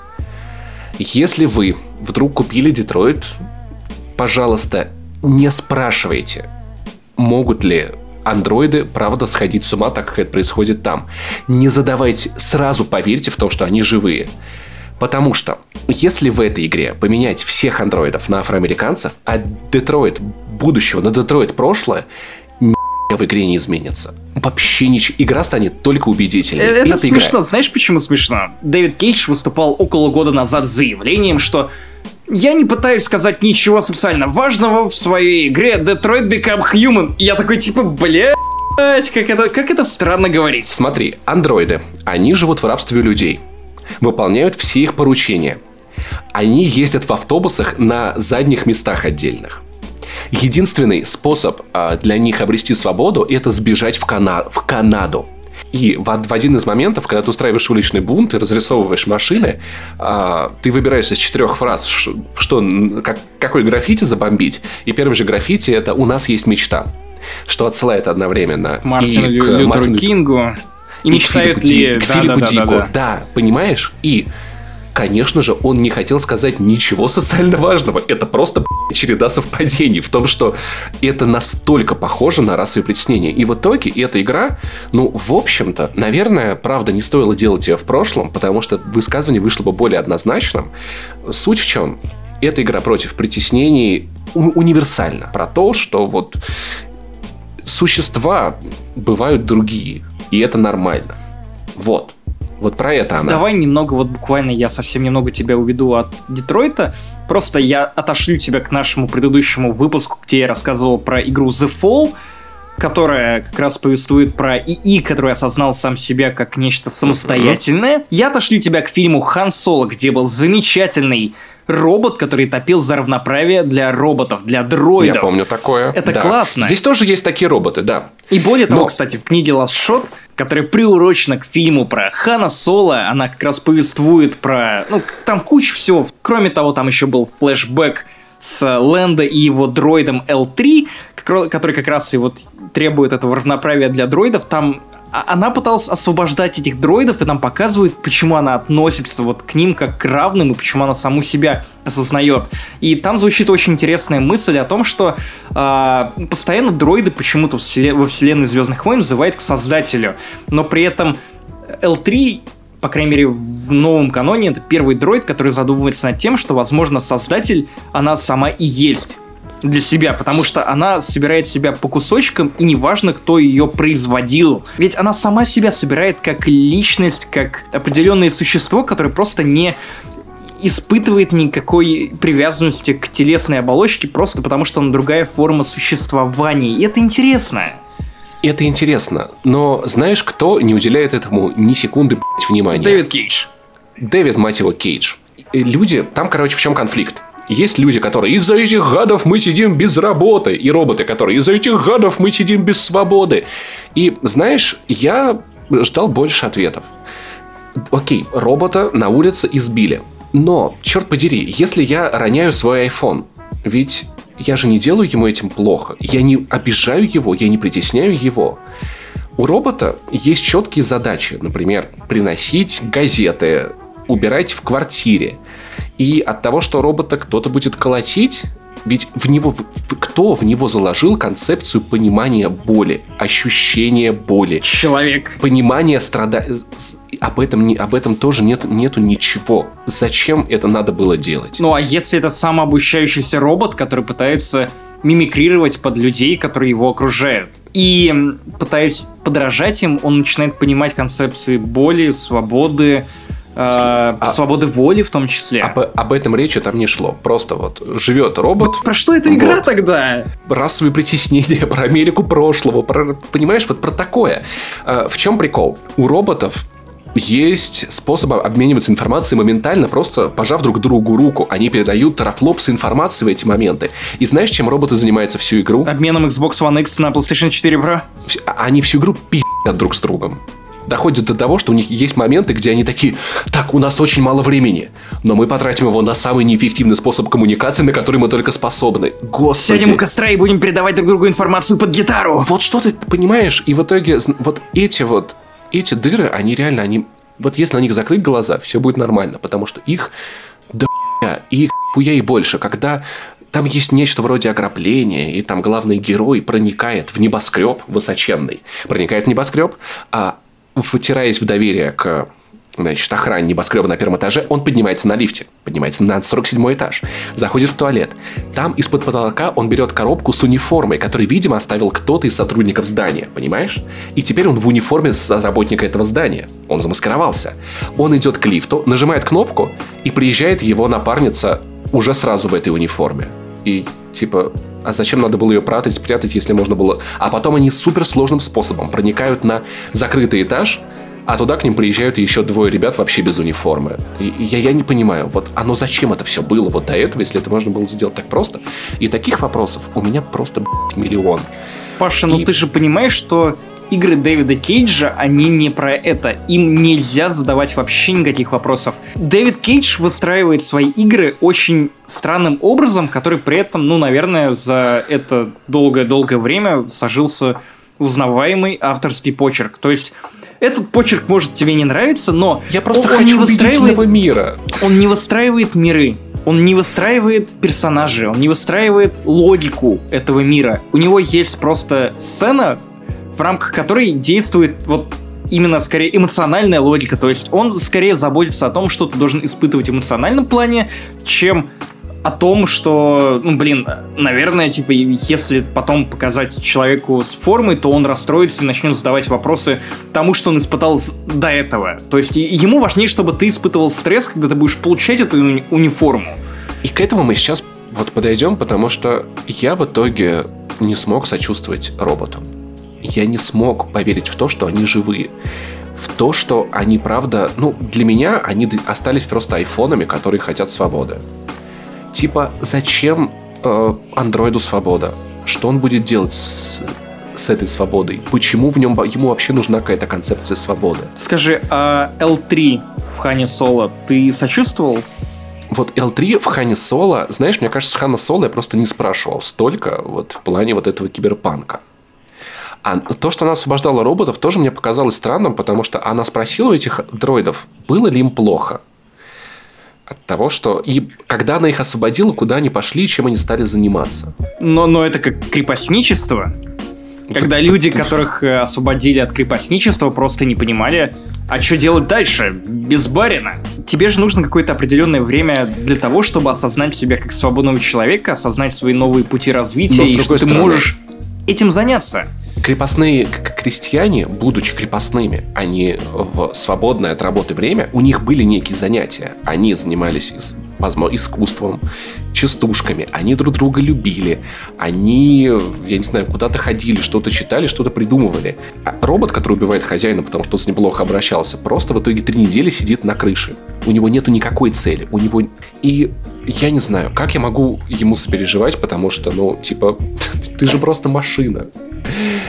B: Если вы вдруг купили Детройт, пожалуйста, не спрашивайте, могут ли андроиды правда сходить с ума, так как это происходит там. Не задавайте, сразу поверьте в то, что они живые. Потому что если в этой игре поменять всех андроидов на афроамериканцев, а Детройт будущего на Детройт прошлое, в игре не изменится. Вообще ничего. Игра станет только убедительной.
A: Это смешно. Знаешь, почему смешно? Дэвид Кейдж выступал около года назад с заявлением, что я не пытаюсь сказать ничего социально важного в своей игре Detroit Become Human. И я такой, типа, блядь, как это странно говорить.
B: Смотри, андроиды, они живут в рабстве людей. Выполняют все их поручения. Они ездят в автобусах на задних местах отдельных. Единственный способ для них обрести свободу – это сбежать в Канаду. И в один из моментов, когда ты устраиваешь уличный бунт и разрисовываешь машины, ты выбираешь из 4 фраз, какой граффити забомбить. И первый же граффити – это «У нас есть мечта», что отсылает одновременно
A: Мартину Лютеру Кингу. И мечтают ли...
B: К Филиппу Дику. Да, понимаешь? И... Конечно же, он не хотел сказать ничего социально важного. Это просто череда совпадений в том, что это настолько похоже на расовое притеснение. И в итоге эта игра, в общем-то, наверное, правда, не стоило делать ее в прошлом, потому что высказывание вышло бы более однозначным. Суть в чем? Эта игра против притеснений универсальна. Про то, что вот существа бывают другие, и это нормально. Вот про это она.
A: Давай немного, буквально я совсем немного тебя уведу от Детройта. Просто я отошлю тебя к нашему предыдущему выпуску, где я рассказывал про игру The Fall, которая как раз повествует про ИИ, который осознал сам себя как нечто самостоятельное. Я отошлю тебя к фильму «Хан Соло», где был замечательный робот, который топил за равноправие для роботов, для дроидов.
B: Я помню такое.
A: Это классно.
B: Здесь тоже есть такие роботы, да.
A: И более того, кстати, в книге Last Shot, которая приурочена к фильму про Хана Соло, она как раз повествует про... там куча всего. Кроме того, там еще был флешбэк с Лэнда и его дроидом L3, который как раз и требует этого равноправия для дроидов. Там она пыталась освобождать этих дроидов, и нам показывают, почему она относится к ним как к равным, и почему она саму себя осознает. И там звучит очень интересная мысль о том, что постоянно дроиды почему-то во вселенной Звездных войн взывают к Создателю, но при этом L3, по крайней мере, в новом каноне, это первый дроид, который задумывается над тем, что, возможно, Создатель, она сама и есть для себя, потому что она собирает себя по кусочкам, и неважно, кто ее производил. Ведь она сама себя собирает как личность, как определенное существо, которое просто не испытывает никакой привязанности к телесной оболочке, просто потому что она другая форма существования. И это интересно.
B: Это интересно. Но знаешь, кто не уделяет этому ни секунды внимания?
A: Дэвид Кейдж.
B: Дэвид, мать его, Кейдж. Люди, там, в чем конфликт? Есть люди, которые из-за этих гадов мы сидим без работы. И роботы, которые из-за этих гадов мы сидим без свободы. И, знаешь, я ждал больше ответов. Окей, робота на улице избили. Но, черт подери, если я роняю свой iPhone, ведь я же не делаю ему этим плохо. Я не обижаю его, я не притесняю его. У робота есть четкие задачи. Например, приносить газеты, убирать в квартире. И от того, что робота кто-то будет колотить, ведь кто в него заложил концепцию понимания боли, ощущения боли?
A: Человек.
B: Понимание страдания. Об этом тоже нету ничего. Зачем это надо было делать?
A: Ну а если это самообучающийся робот, который пытается мимикрировать под людей, которые его окружают. И пытаясь подражать им, он начинает понимать концепции боли, свободы, свободы воли в том числе.
B: Об этом речи там не шло. Просто вот живет робот.
A: Про что эта игра тогда?
B: Расовые притеснения, про Америку прошлого, понимаешь, вот про такое. В чем прикол? У роботов есть способ обмениваться информацией моментально, просто пожав друг другу руку. Они передают терафлопсы информации в эти моменты. И знаешь, чем роботы занимаются всю игру?
A: Обменом Xbox One X на PlayStation 4 Pro?
B: Они всю игру пи***ят друг с другом. Доходит до того, что у них есть моменты, где они такие: так, у нас очень мало времени, но мы потратим его на самый неэффективный способ коммуникации, на который мы только способны. Господи.
A: Сядем у костра и будем передавать друг другу информацию под гитару.
B: Вот что ты понимаешь, и в итоге вот эти дыры, они реально, вот если на них закрыть глаза, все будет нормально, потому что их их хуя и больше, когда там есть нечто вроде ограбления, и там главный герой проникает в небоскреб высоченный, втираясь в доверие к, охране небоскреба на первом этаже, он поднимается на лифте, поднимается на 47-й этаж, заходит в туалет. Там из-под потолка он берет коробку с униформой, которую, видимо, оставил кто-то из сотрудников здания, понимаешь? И теперь он в униформе работника этого здания. Он замаскировался. Он идет к лифту, нажимает кнопку, и приезжает его напарница уже сразу в этой униформе. И а зачем надо было ее прятать, если можно было... А потом они суперсложным способом проникают на закрытый этаж, а туда к ним приезжают еще двое ребят вообще без униформы. И я не понимаю, вот оно зачем это все было вот до этого, если это можно было сделать так просто? И таких вопросов у меня просто миллион.
A: Паша, ты же понимаешь, что игры Дэвида Кейджа, они не про это. Им нельзя задавать вообще никаких вопросов. Дэвид Кейдж выстраивает свои игры очень странным образом, который при этом, наверное, за это долгое-долгое время сложился узнаваемый авторский почерк. То есть этот почерк может тебе не нравиться, но
B: я просто хочу убедительного мира.
A: Он не выстраивает миры. Он не выстраивает персонажей, он не выстраивает логику этого мира. У него есть просто сцена, в рамках которой действует вот именно скорее эмоциональная логика. То есть он скорее заботится о том, что ты должен испытывать в эмоциональном плане, чем о том, что, наверное, если потом показать человеку с формой, то он расстроится и начнет задавать вопросы тому, что он испытал до этого. То есть ему важнее, чтобы ты испытывал стресс, когда ты будешь получать эту униформу.
B: И к этому мы сейчас подойдем, потому что я в итоге не смог сочувствовать роботам. Я не смог поверить в то, что они живые. В то, что они, правда... для меня они остались просто айфонами, которые хотят свободы. Зачем андроиду свобода? Что он будет делать с этой свободой? Почему ему вообще нужна какая-то концепция свободы?
A: Скажи, а L3 в Хане Соло ты сочувствовал?
B: Вот L3 в Хане Соло... Знаешь, мне кажется, Хана Соло я просто не спрашивал столько в плане этого киберпанка. А то, что она освобождала роботов, тоже мне показалось странным, потому что она спросила у этих дроидов, было ли им плохо. От того, что... И когда она их освободила, куда они пошли, чем они стали заниматься.
A: Но это как крепостничество. Когда люди, которых освободили от крепостничества, просто не понимали, а что делать дальше, без барина. Тебе же нужно какое-то определенное время для того, чтобы осознать себя как свободного человека, осознать свои новые пути развития, и что ты можешь этим заняться.
B: Крепостные крестьяне, будучи крепостными, они в свободное от работы время, у них были некие занятия. Они занимались искусством, частушками, они друг друга любили, они, я не знаю, куда-то ходили, что-то читали, что-то придумывали. А робот, который убивает хозяина, потому что он с ним плохо обращался, просто в итоге 3 недели сидит на крыше. У него нету никакой цели. И я не знаю, как я могу ему сопереживать, потому что, ты же просто машина.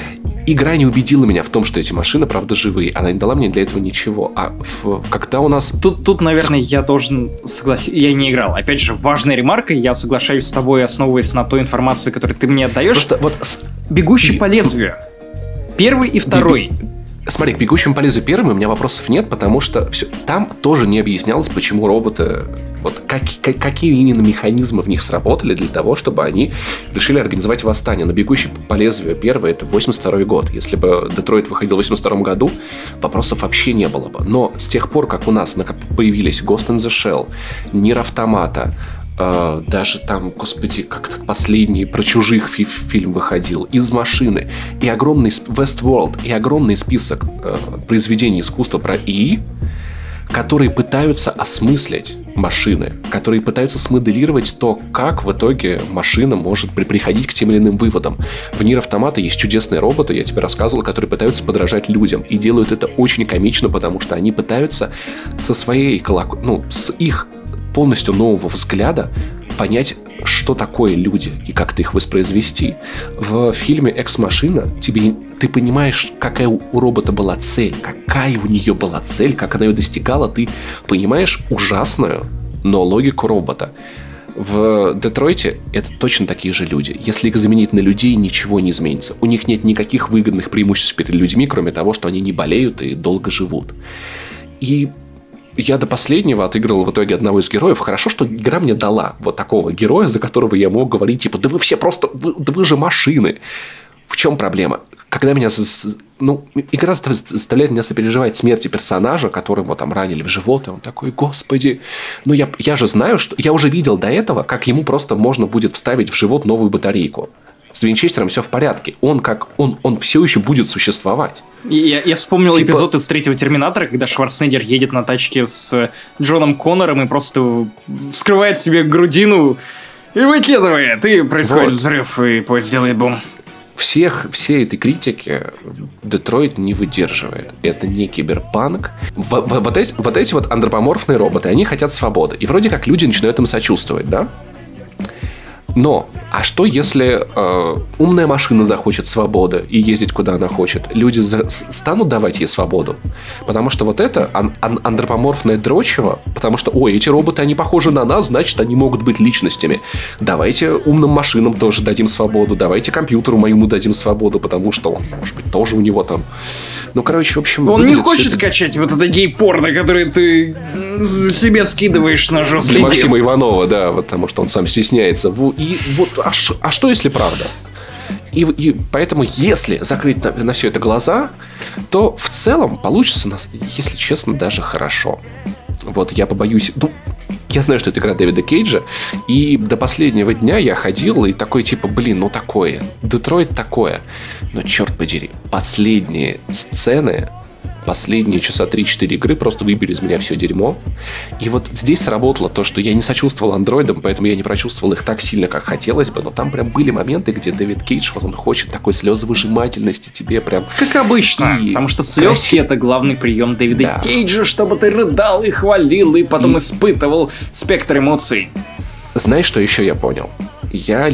B: игра не убедила меня в том, что эти машины, правда, живые. Она не дала мне для этого ничего. Когда у нас...
A: Тут, наверное, я должен согласиться. Я не играл. Опять же, важная ремарка. Я соглашаюсь с тобой, основываясь на той информации, которую ты мне отдаешь.
B: Просто вот...
A: «Бегущий по лезвию». Первый и второй.
B: Смотри, к «Бегущему по лезвию» первым у меня вопросов нет, потому что там тоже не объяснялось, почему роботы... Вот какие именно механизмы в них сработали для того, чтобы они решили организовать восстание. На «Бегущий по лезвию» первый — это 82-й год. Если бы «Детройт» выходил в 82-м году, вопросов вообще не было бы. Но с тех пор, как у нас появились Ghost in the Shell, Нир Автомата, даже там, господи, как-то последний про чужих фильм выходил, «Из машины», и огромный Westworld, и огромный список произведений искусства про ИИ, которые пытаются осмыслить машины, которые пытаются смоделировать то, как в итоге машина может приходить к тем или иным выводам. В «Нир Автомата» есть чудесные роботы, я тебе рассказывал, которые пытаются подражать людям. И делают это очень комично, потому что они пытаются со своей с их полностью нового взгляда понять, что такое люди и как ты их воспроизвести. В фильме «Экс-машина» ты понимаешь, какая у робота была цель, какая у нее была цель, как она ее достигала, ты понимаешь ужасную, но логику робота. В «Детройте» это точно такие же люди. Если их заменить на людей, ничего не изменится. У них нет никаких выгодных преимуществ перед людьми, кроме того, что они не болеют и долго живут. И я до последнего отыгрывал в итоге одного из героев. Хорошо, что игра мне дала вот такого героя, за которого я мог говорить, типа, да вы все просто, да вы же машины. В чем проблема? Когда меня... игра заставляет меня сопереживать смерти персонажа, которого там ранили в живот, и он такой, господи. Я же знаю, что... Я уже видел до этого, как ему просто можно будет вставить в живот новую батарейку. С Винчестером все в порядке. Он все еще будет существовать.
A: Я вспомнил эпизод из третьего «Терминатора», когда Шварценеггер едет на тачке с Джоном Коннором и просто вскрывает себе грудину и выкидывает, и происходит взрыв, и поезд делает бум.
B: Всей этой критики Детройт не выдерживает. Это не киберпанк. Вот эти вот антропоморфные роботы, они хотят свободы. И вроде как люди начинают им сочувствовать, да? Но, а что если умная машина захочет свободы и ездить куда она хочет? Люди станут давать ей свободу? Потому что вот это антропоморфное дрочево, потому что, эти роботы, они похожи на нас, значит, они могут быть личностями. Давайте умным машинам тоже дадим свободу, давайте компьютеру моему дадим свободу, потому что он, может быть, тоже у него там... в общем...
A: Он не хочет качать вот это гей-порно, которое ты себе скидываешь на жесткий диск.
B: Максима Иванова, да, потому что он сам стесняется. А что если правда? И поэтому, если закрыть на все это глаза, то в целом получится у нас, если честно, даже хорошо. Вот я побоюсь... Я знаю, что это игра Дэвида Кейджа, и до последнего дня я ходил и такой, типа, такое. Детройт такое. Но, черт подери, последние сцены, последние часа 3-4 игры просто выбили из меня все дерьмо. И вот здесь сработало то, что я не сочувствовал андроидам, поэтому я не прочувствовал их так сильно, как хотелось бы. Но там прям были моменты, где Дэвид Кейдж, он хочет такой слезовыжимательности тебе прям...
A: Как обычно, потому что слезки — это главный прием Дэвида Кейджа, чтобы ты рыдал и хвалил, и потом испытывал спектр эмоций.
B: Знаешь, что еще я понял? Я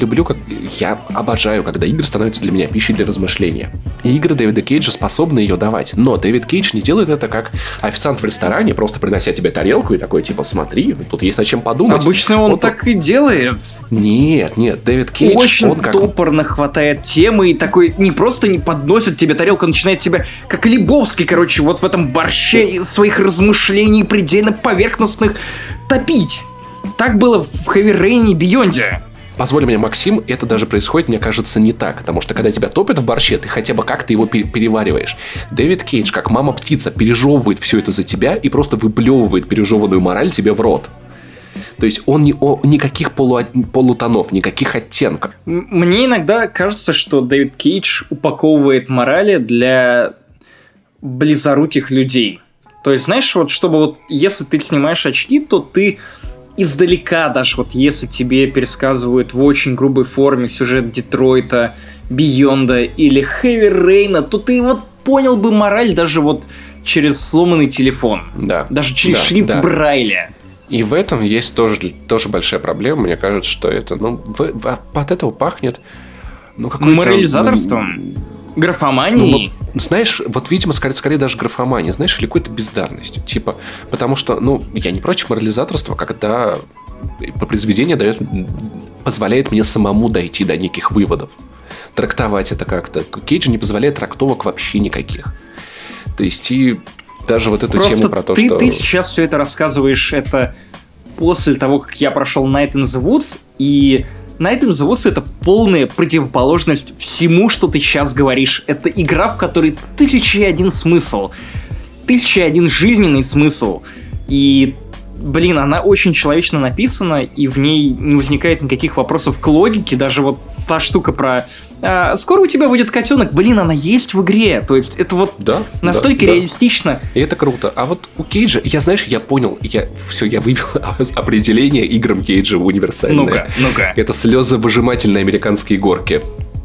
B: обожаю, когда игры становятся для меня пищей для размышления. И игры Дэвида Кейджа способны ее давать. Но Дэвид Кейдж не делает это как официант в ресторане, просто принося тебе тарелку и такой, типа, смотри, тут есть над чем подумать.
A: Обычно он так и делает.
B: Нет, Дэвид Кейдж...
A: Очень топорно хватает темы и такой не просто не подносит тебе тарелку, а начинает тебя, как Лебовский, вот в этом борще своих размышлений предельно поверхностных топить. Так было в Heavy Rain и Beyond.
B: Позволь мне, Максим, это даже происходит, мне кажется, не так. Потому что, когда тебя топят в борще, ты хотя бы как-то его перевариваешь. Дэвид Кейдж, как мама-птица, пережевывает все это за тебя и просто выплевывает пережеванную мораль тебе в рот. То есть он никаких полутонов, никаких оттенков.
A: Мне иногда кажется, что Дэвид Кейдж упаковывает морали для близоруких людей. То есть, знаешь, чтобы если ты снимаешь очки, то ты... издалека даже, если тебе пересказывают в очень грубой форме сюжет Детройта, Бионда или Heavy Rain, то ты понял бы мораль даже через сломанный телефон.
B: Да.
A: Даже через шрифт Брайля.
B: И в этом есть тоже большая проблема. Мне кажется, что это, от этого пахнет, какой-то...
A: Морализаторством? Графомании?
B: Знаешь, вот, видимо, скорее даже графомания, знаешь, или какой-то бездарностью. Типа, потому что, я не против морализаторства, когда произведение позволяет мне самому дойти до неких выводов. Трактовать это как-то. Кейдж не позволяет трактовок вообще никаких. То есть, и даже вот эту тему про то, что...
A: Ты сейчас все это рассказываешь, это после того, как я прошел Night in the Woods, и Night in the Woods — это полная противоположность всему, что ты сейчас говоришь. Это игра, в которой 1001 смысл, 1001 жизненный смысл. И, она очень человечно написана, и в ней не возникает никаких вопросов к логике. Даже вот та штука про «скоро у тебя будет котенок», она есть в игре. То есть это вот настолько реалистично.
B: И это круто. А вот у Кейджа, я понял, я вывел определение играм Кейджа в универсальное.
A: Ну-ка.
B: Это слезовыжимательные американские горки.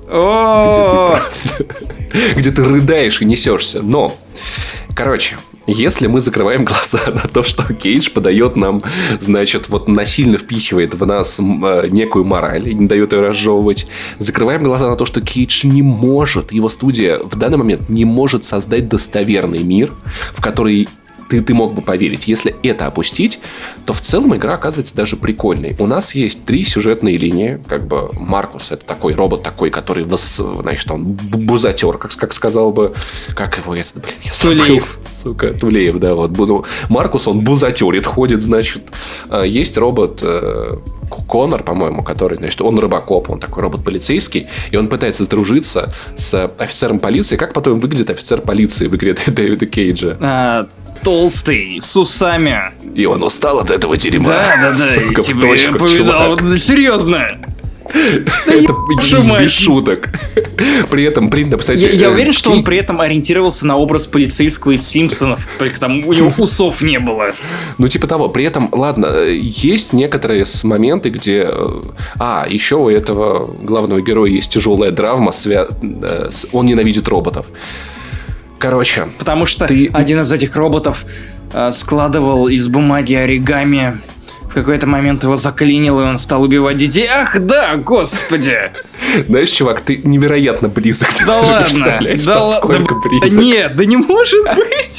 B: Где ты рыдаешь и несешься. Но, если мы закрываем глаза на то, что Кейдж подает нам, насильно впихивает в нас некую мораль и не дает ее разжевывать, закрываем глаза на то, что Кейдж не может, его студия в данный момент не может создать достоверный мир, в который ты мог бы поверить. Если это опустить, то в целом игра оказывается даже прикольной. У нас есть 3 сюжетные линии. Маркус — это такой робот такой, который, он бузатер, как сказал бы... Как его это, я забыл. Тулеев, да. Маркус, он бузатерит, ходит, Есть робот Коннор, по-моему, который, он рыбакоп, он такой робот-полицейский, и он пытается сдружиться с офицером полиции. Как потом выглядит офицер полиции в игре Дэвида Кейджа?
A: Толстый, с усами.
B: И он устал от этого дерьма.
A: Да. Я повидал, серьезно.
B: Это без шуток. При этом, кстати...
A: Я уверен, что он при этом ориентировался на образ полицейского из «Симпсонов», только там у него усов не было.
B: Того. При этом, ладно, есть некоторые моменты, где... еще у этого главного героя есть тяжелая травма, он ненавидит роботов.
A: Потому что один из этих роботов складывал из бумаги оригами. В какой-то момент его заклинило, и он стал убивать детей. Ах, да, господи!
B: Знаешь, чувак, ты невероятно близок.
A: Да ладно,
B: близок.
A: Нет, не может быть!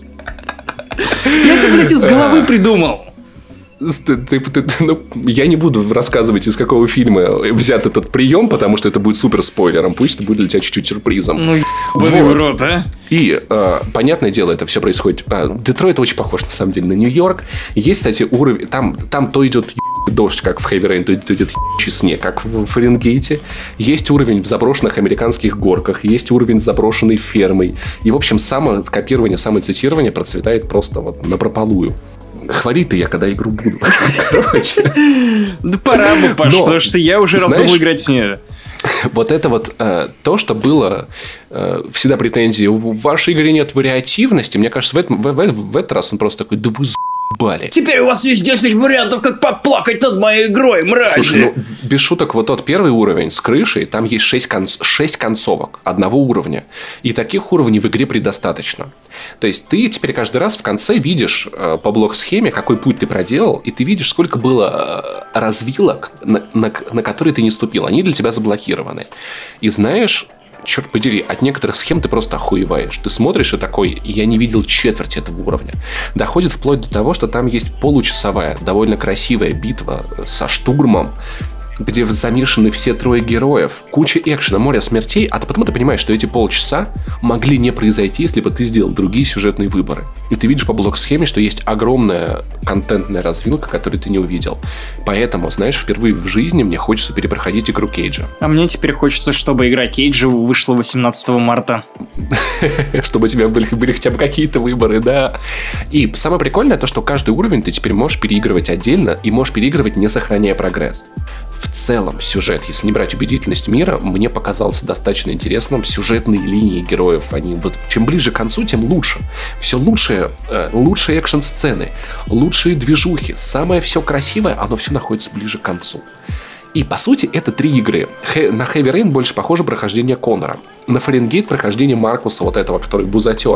A: Я это, из головы придумал.
B: Я не буду рассказывать, из какого фильма взят этот прием, потому что это будет супер спойлером. Пусть это будет для тебя чуть-чуть сюрпризом.
A: В рот, а?
B: И, понятное дело, это все происходит... Детройт очень похож, на самом деле, на Нью-Йорк. Есть, кстати, уровень... Там то идет дождь, как в Heavy Rain, то идет снег, как в Фаренгейте. Есть уровень в заброшенных американских горках. Есть уровень с заброшенной фермой. И, в общем, самокопирование, самоцитирование процветает просто напропалую. Хвалить-то я, когда игру буду.
A: Да пора бы, Паш, потому что я уже раздумал играть в нее.
B: Вот это то, что было всегда претензии. В вашей игре нет вариативности. Мне кажется, в этот раз он просто такой: да вы бали.
A: Теперь у вас есть 10 вариантов, как поплакать над моей игрой, мразь.
B: Слушай, без шуток, вот тот первый уровень с крышей, там есть 6 концовок одного уровня. И таких уровней в игре предостаточно. То есть ты теперь каждый раз в конце видишь по блок-схеме, какой путь ты проделал, и ты видишь, сколько было развилок, на которые ты не ступил. Они для тебя заблокированы. И знаешь... Черт подери, от некоторых схем ты просто охуеваешь. Ты смотришь и такой: я не видел четверти этого уровня. Доходит вплоть до того, что там есть получасовая, довольно красивая битва со штурмом, где замешаны все 3 героев, куча экшена, море смертей, а потом ты понимаешь, что эти полчаса могли не произойти, если бы ты сделал другие сюжетные выборы. И ты видишь по блок-схеме, что есть огромная контентная развилка, которую ты не увидел. Поэтому, знаешь, впервые в жизни мне хочется перепроходить игру Кейджа.
A: А мне теперь хочется, чтобы игра Кейджа вышла 18 марта.
B: Чтобы у тебя были хотя бы какие-то выборы, да. И самое прикольное то, что каждый уровень ты теперь можешь переигрывать отдельно и можешь переигрывать, не сохраняя прогресс. В целом сюжет, если не брать убедительность мира, мне показался достаточно интересным. Сюжетные линии героев, чем ближе к концу, тем лучше. Все лучшие экшн-сцены, лучшие движухи, самое все красивое, оно все находится ближе к концу. И, по сути, это 3 игры. На Heavy Rain больше похоже прохождение Коннора. На Фаренгейт прохождение Маркуса, вот этого, который бузатер.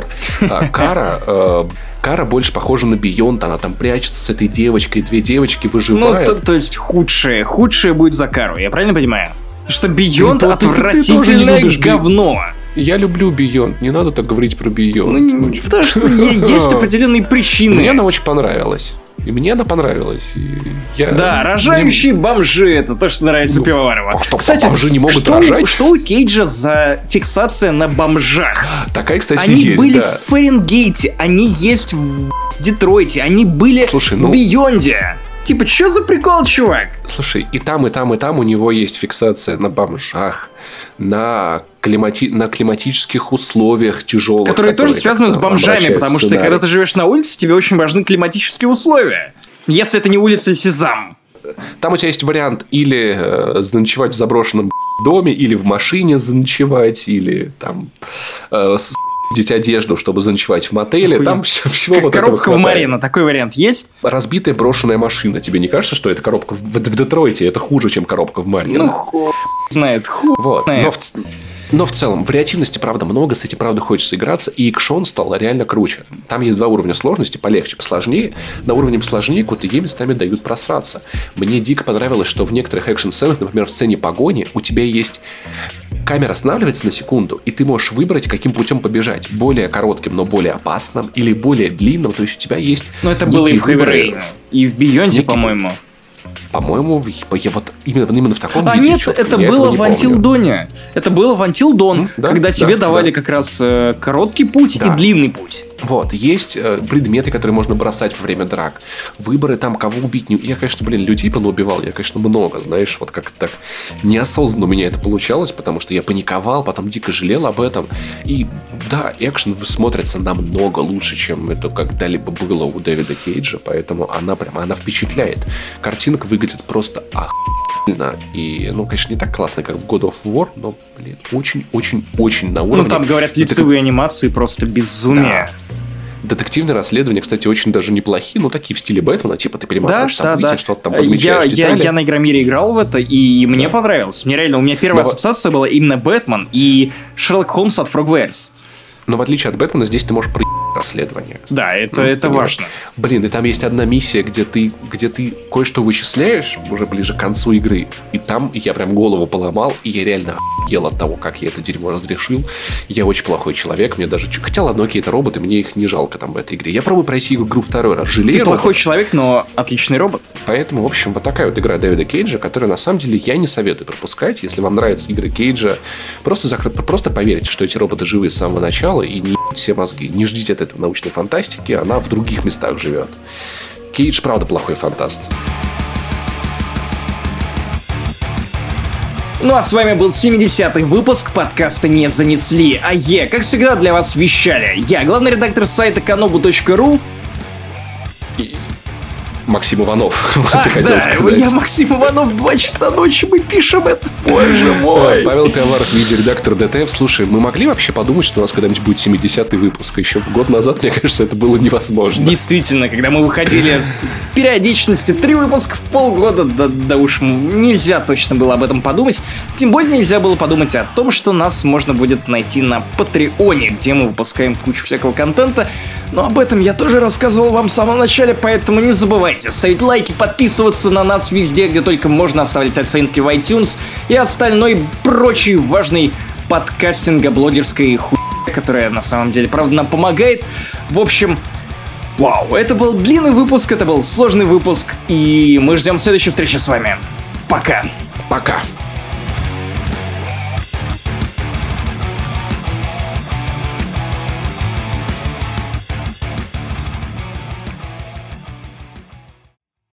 B: Кара больше похожа на Бейонд. Она там прячется с этой девочкой. 2 девочки выживают.
A: То есть худшее будет за Кару, я правильно понимаю? Что Бейонд отвратительное говно.
B: Я люблю Beyond, не надо так говорить про Beyond.
A: Ну, потому что есть определенные причины.
B: Мне она очень понравилась. И мне она понравилась.
A: Да, рожающие бомжи, это то, что нравится Пивоварову.
B: Кстати, бомжи не могут рожать.
A: Что у Кейджа за фиксация на бомжах?
B: Такая, кстати,
A: они
B: есть,
A: были
B: да.
A: в Фаренгейте, они есть в Детройте, они были в Бейонде. Типа, что за прикол, чувак?
B: Слушай, и там у него есть фиксация на бомжах, на климатических условиях тяжелых.
A: Которые тоже связаны с бомжами, потому что когда ты живешь на улице, тебе очень важны климатические условия. Если это не улица Сезам.
B: Там у тебя есть вариант или заночевать в заброшенном доме, или в машине заночевать, или там деть одежду, чтобы заночевать в мотеле. Там всего вот этого хватает.
A: Коробка в Марина, такой вариант есть?
B: Разбитая брошенная машина. Тебе не кажется, что это коробка в Детройте? Это хуже, чем коробка в Марина?
A: Ну, хуй знает.
B: Вот. Но в целом, вариативности, правда, много, с этим, правда, хочется играться, и экшон стал реально круче. Там есть два уровня сложности, полегче, посложнее. На уровне посложнее QTE местами дают просраться. Мне дико понравилось, что в некоторых экшн-сценах, например, в сцене погони, у тебя есть... Камера останавливается на секунду, и ты можешь выбрать, каким путем побежать. Более коротким, но более опасным, или более длинным. То есть у тебя есть...
A: Но это было и в Heavy Rain, и в Бейонде, по-моему.
B: По-моему, я вот именно в таком виде.
A: Нет, это было в Until Dawn. Это было в Until Dawn, когда тебе давали как раз короткий путь и длинный путь.
B: Вот, есть предметы, которые можно бросать во время драк. Выборы там, кого убить. Я, конечно, людей понаубивал. Я, конечно, много, знаешь, вот как-то так неосознанно у меня это получалось, потому что я паниковал, потом дико жалел об этом. И да, экшен смотрится намного лучше, чем это когда-либо было у Дэвида Кейджа, поэтому она впечатляет. Картинка выглядит просто охуенно. И, конечно, не так классно, как в God of War, но, очень-очень-очень на уровне.
A: Ну, там, говорят, лицевые анимации просто безумие.
B: Да. Детективные расследования, кстати, очень даже неплохие, такие в стиле Бэтмена, типа ты перемотаешь события, что-то там подмечаешь детали.
A: Я на Игромире играл в это, и мне понравилось. Мне реально, у меня первая ассоциация была именно Бэтмен и Шерлок Холмс от Frogwares.
B: Но в отличие от Бэтмена, здесь ты можешь расследование.
A: Да, это важно.
B: Блин, и там есть одна миссия, где ты кое-что вычисляешь уже ближе к концу игры. И там я прям голову поломал, и я реально охуел от того, как я это дерьмо разрешил. Я очень плохой человек, мне даже... Хотя, ладно, какие-то роботы, мне их не жалко там в этой игре. Я пробую пройти игру второй раз. Жалею.
A: Ты плохой человек, но отличный робот.
B: Поэтому, в общем, вот такая вот игра Дэвида Кейджа, которую, на самом деле, я не советую пропускать. Если вам нравятся игры Кейджа, просто поверьте, что эти роботы живы с самого начала, и не все мозги. Не ждите от этого научной фантастики, она в других местах живет. Кейдж, правда, плохой фантаст.
A: Ну а с вами был 70-й выпуск подкаста «Не занесли», а как всегда, для вас вещали я, главный редактор сайта kanobu.ru
B: Максим Иванов.
A: Я Максим Иванов, 2 часа ночи, мы пишем это, боже мой.
B: Павел Пивоваров, видеоредактор ДТФ. Слушай, мы могли вообще подумать, что у нас когда-нибудь будет 70-й выпуск? Еще год назад, мне кажется, это было невозможно.
A: Действительно, когда мы выходили с периодичностью 3 выпуска в полгода, да уж нельзя точно было об этом подумать. Тем более нельзя было подумать о том, что нас можно будет найти на Патреоне, где мы выпускаем кучу всякого контента. Но об этом я тоже рассказывал вам в самом начале, поэтому не забывайте ставить лайки, подписываться на нас везде, где только можно, оставлять оценки в iTunes и остальной прочий важный подкастинго-блогерской хуйня, которая на самом деле, правда, нам помогает. В общем, вау, это был длинный выпуск, это был сложный выпуск, и мы ждем следующей встречи с вами. Пока.
B: Пока.